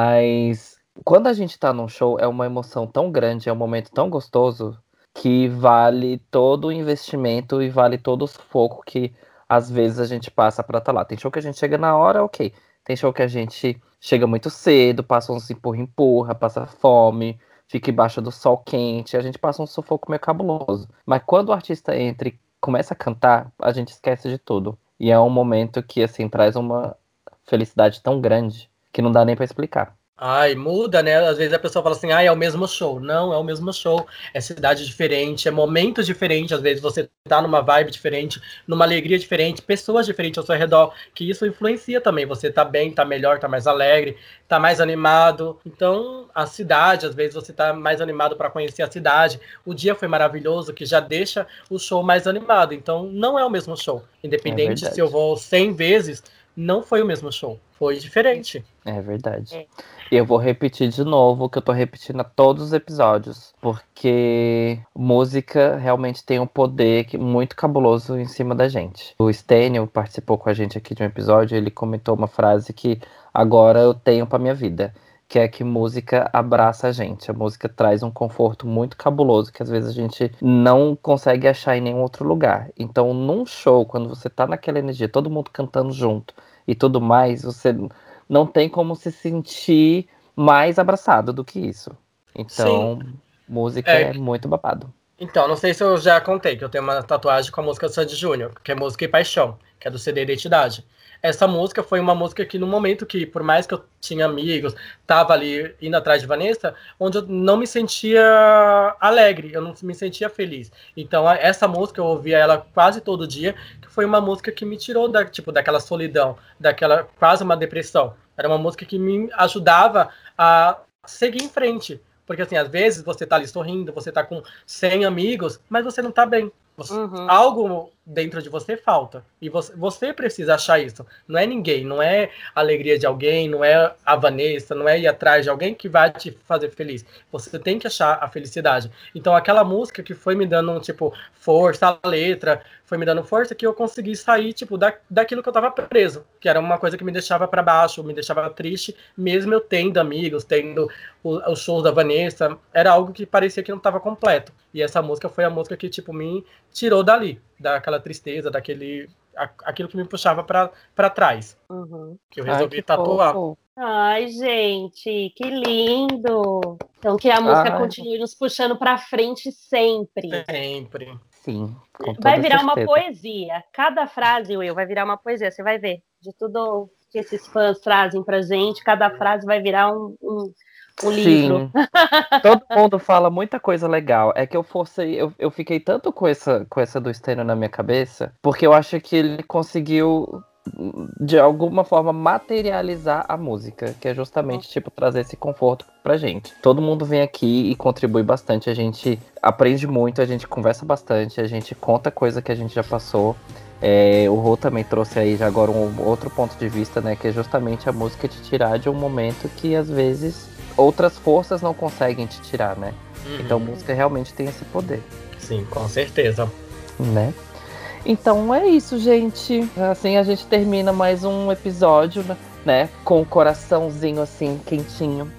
mas quando a gente tá num show é uma emoção tão grande, é um momento tão gostoso que vale todo o investimento e vale todo o sufoco que às vezes a gente passa pra estar lá. Tem show que a gente chega na hora, ok. Tem show que a gente chega muito cedo, passa uns empurra-empurra, passa fome, fica embaixo do sol quente, a gente passa um sufoco meio cabuloso. Mas quando o artista entra e começa a cantar, a gente esquece de tudo. E é um momento que, assim, traz uma felicidade tão grande que não dá nem pra explicar. Ai, muda, né? Às vezes a pessoa fala assim, ah, é o mesmo show. Não, é o mesmo show. É cidade diferente, é momento diferente. Às vezes você tá numa vibe diferente, numa alegria diferente, pessoas diferentes ao seu redor, que isso influencia também. Você tá bem, tá melhor, tá mais alegre, tá mais animado. Então, a cidade, às vezes você tá mais animado para conhecer a cidade. O dia foi maravilhoso, que já deixa o show mais animado. Então, não é o mesmo show. Independente verdade. se eu vou cem vezes, não foi o mesmo show. Foi diferente. É verdade. É. E eu vou repetir de novo o que eu tô repetindo a todos os episódios, porque música realmente tem um poder que- muito cabuloso em cima da gente. O Stênio participou com a gente aqui de um episódio, ele comentou uma frase que agora eu tenho pra minha vida, que é que música abraça a gente. A música traz um conforto muito cabuloso que às vezes a gente não consegue achar em nenhum outro lugar. Então, num show, quando você tá naquela energia, todo mundo cantando junto e tudo mais, você não tem como se sentir mais abraçado do que isso. Então, música É. é muito babado. Então, não sei se eu já contei que eu tenho uma tatuagem com a música do Sandy Júnior, que é Música e Paixão, que é do C D Identidade. Essa música foi uma música que, no momento que, por mais que eu tinha amigos, tava ali indo atrás de Vanessa, onde eu não me sentia alegre, eu não me sentia feliz. Então, a- essa música eu ouvia ela quase todo dia, que foi uma música que me tirou da, tipo, daquela solidão, daquela quase uma depressão. Era uma música que me ajudava a seguir em frente. Porque, assim, às vezes você tá ali sorrindo, você tá com cem amigos, mas você não tá bem. Você- Uhum. Algo dentro de você falta. E você, você precisa achar isso. Não é ninguém, não é a alegria de alguém, não é a Vanessa, não é ir atrás de alguém que vai te fazer feliz. Você tem que achar a felicidade. Então, aquela música que foi me dando, tipo, força, a letra, foi me dando força, que eu consegui sair, tipo, da, daquilo que eu tava preso. Que era uma coisa que me deixava pra baixo, me deixava triste, mesmo eu tendo amigos, tendo o- os shows da Vanessa, era algo que parecia que não estava completo. E essa música foi a música que, tipo, me tirou dali, daquela tristeza, daquele... a- aquilo que me puxava pra, pra trás. Uhum. Que eu Ai, resolvi que tatuar. fofo. Ai, gente, que lindo! Então que a música Ai. continue nos puxando pra frente sempre. Sempre. Sim, com toda Vai virar uma certeza. poesia. Cada frase, Will, vai virar uma poesia. Você vai ver. De tudo que esses fãs trazem pra gente, cada frase vai virar um, um, um livro. Sim. Todo mundo fala muita coisa legal. É que eu forcei, eu, eu fiquei tanto com essa, com essa do Stênio na minha cabeça, porque eu acho que ele conseguiu, de alguma forma, materializar a música, que é justamente, tipo, trazer esse conforto pra gente. Todo mundo vem aqui e contribui bastante, a gente aprende muito, a gente conversa bastante, a gente conta coisa que a gente já passou. É, o Rô também trouxe aí já agora um outro ponto de vista, né? Que é justamente a música te tirar de um momento que às vezes outras forças não conseguem te tirar, né? Uhum. Então a música realmente tem esse poder. Sim, com certeza. Né? Então é isso, gente. Assim a gente termina mais um episódio, né? Com o coraçãozinho assim, quentinho.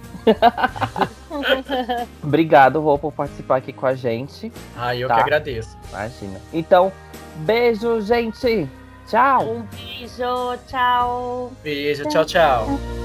Obrigado, Rô, por participar aqui com a gente. Ah, eu tá? que agradeço. Imagina. Então, beijo, gente. Tchau. Um beijo, tchau. Beijo, tchau, tchau.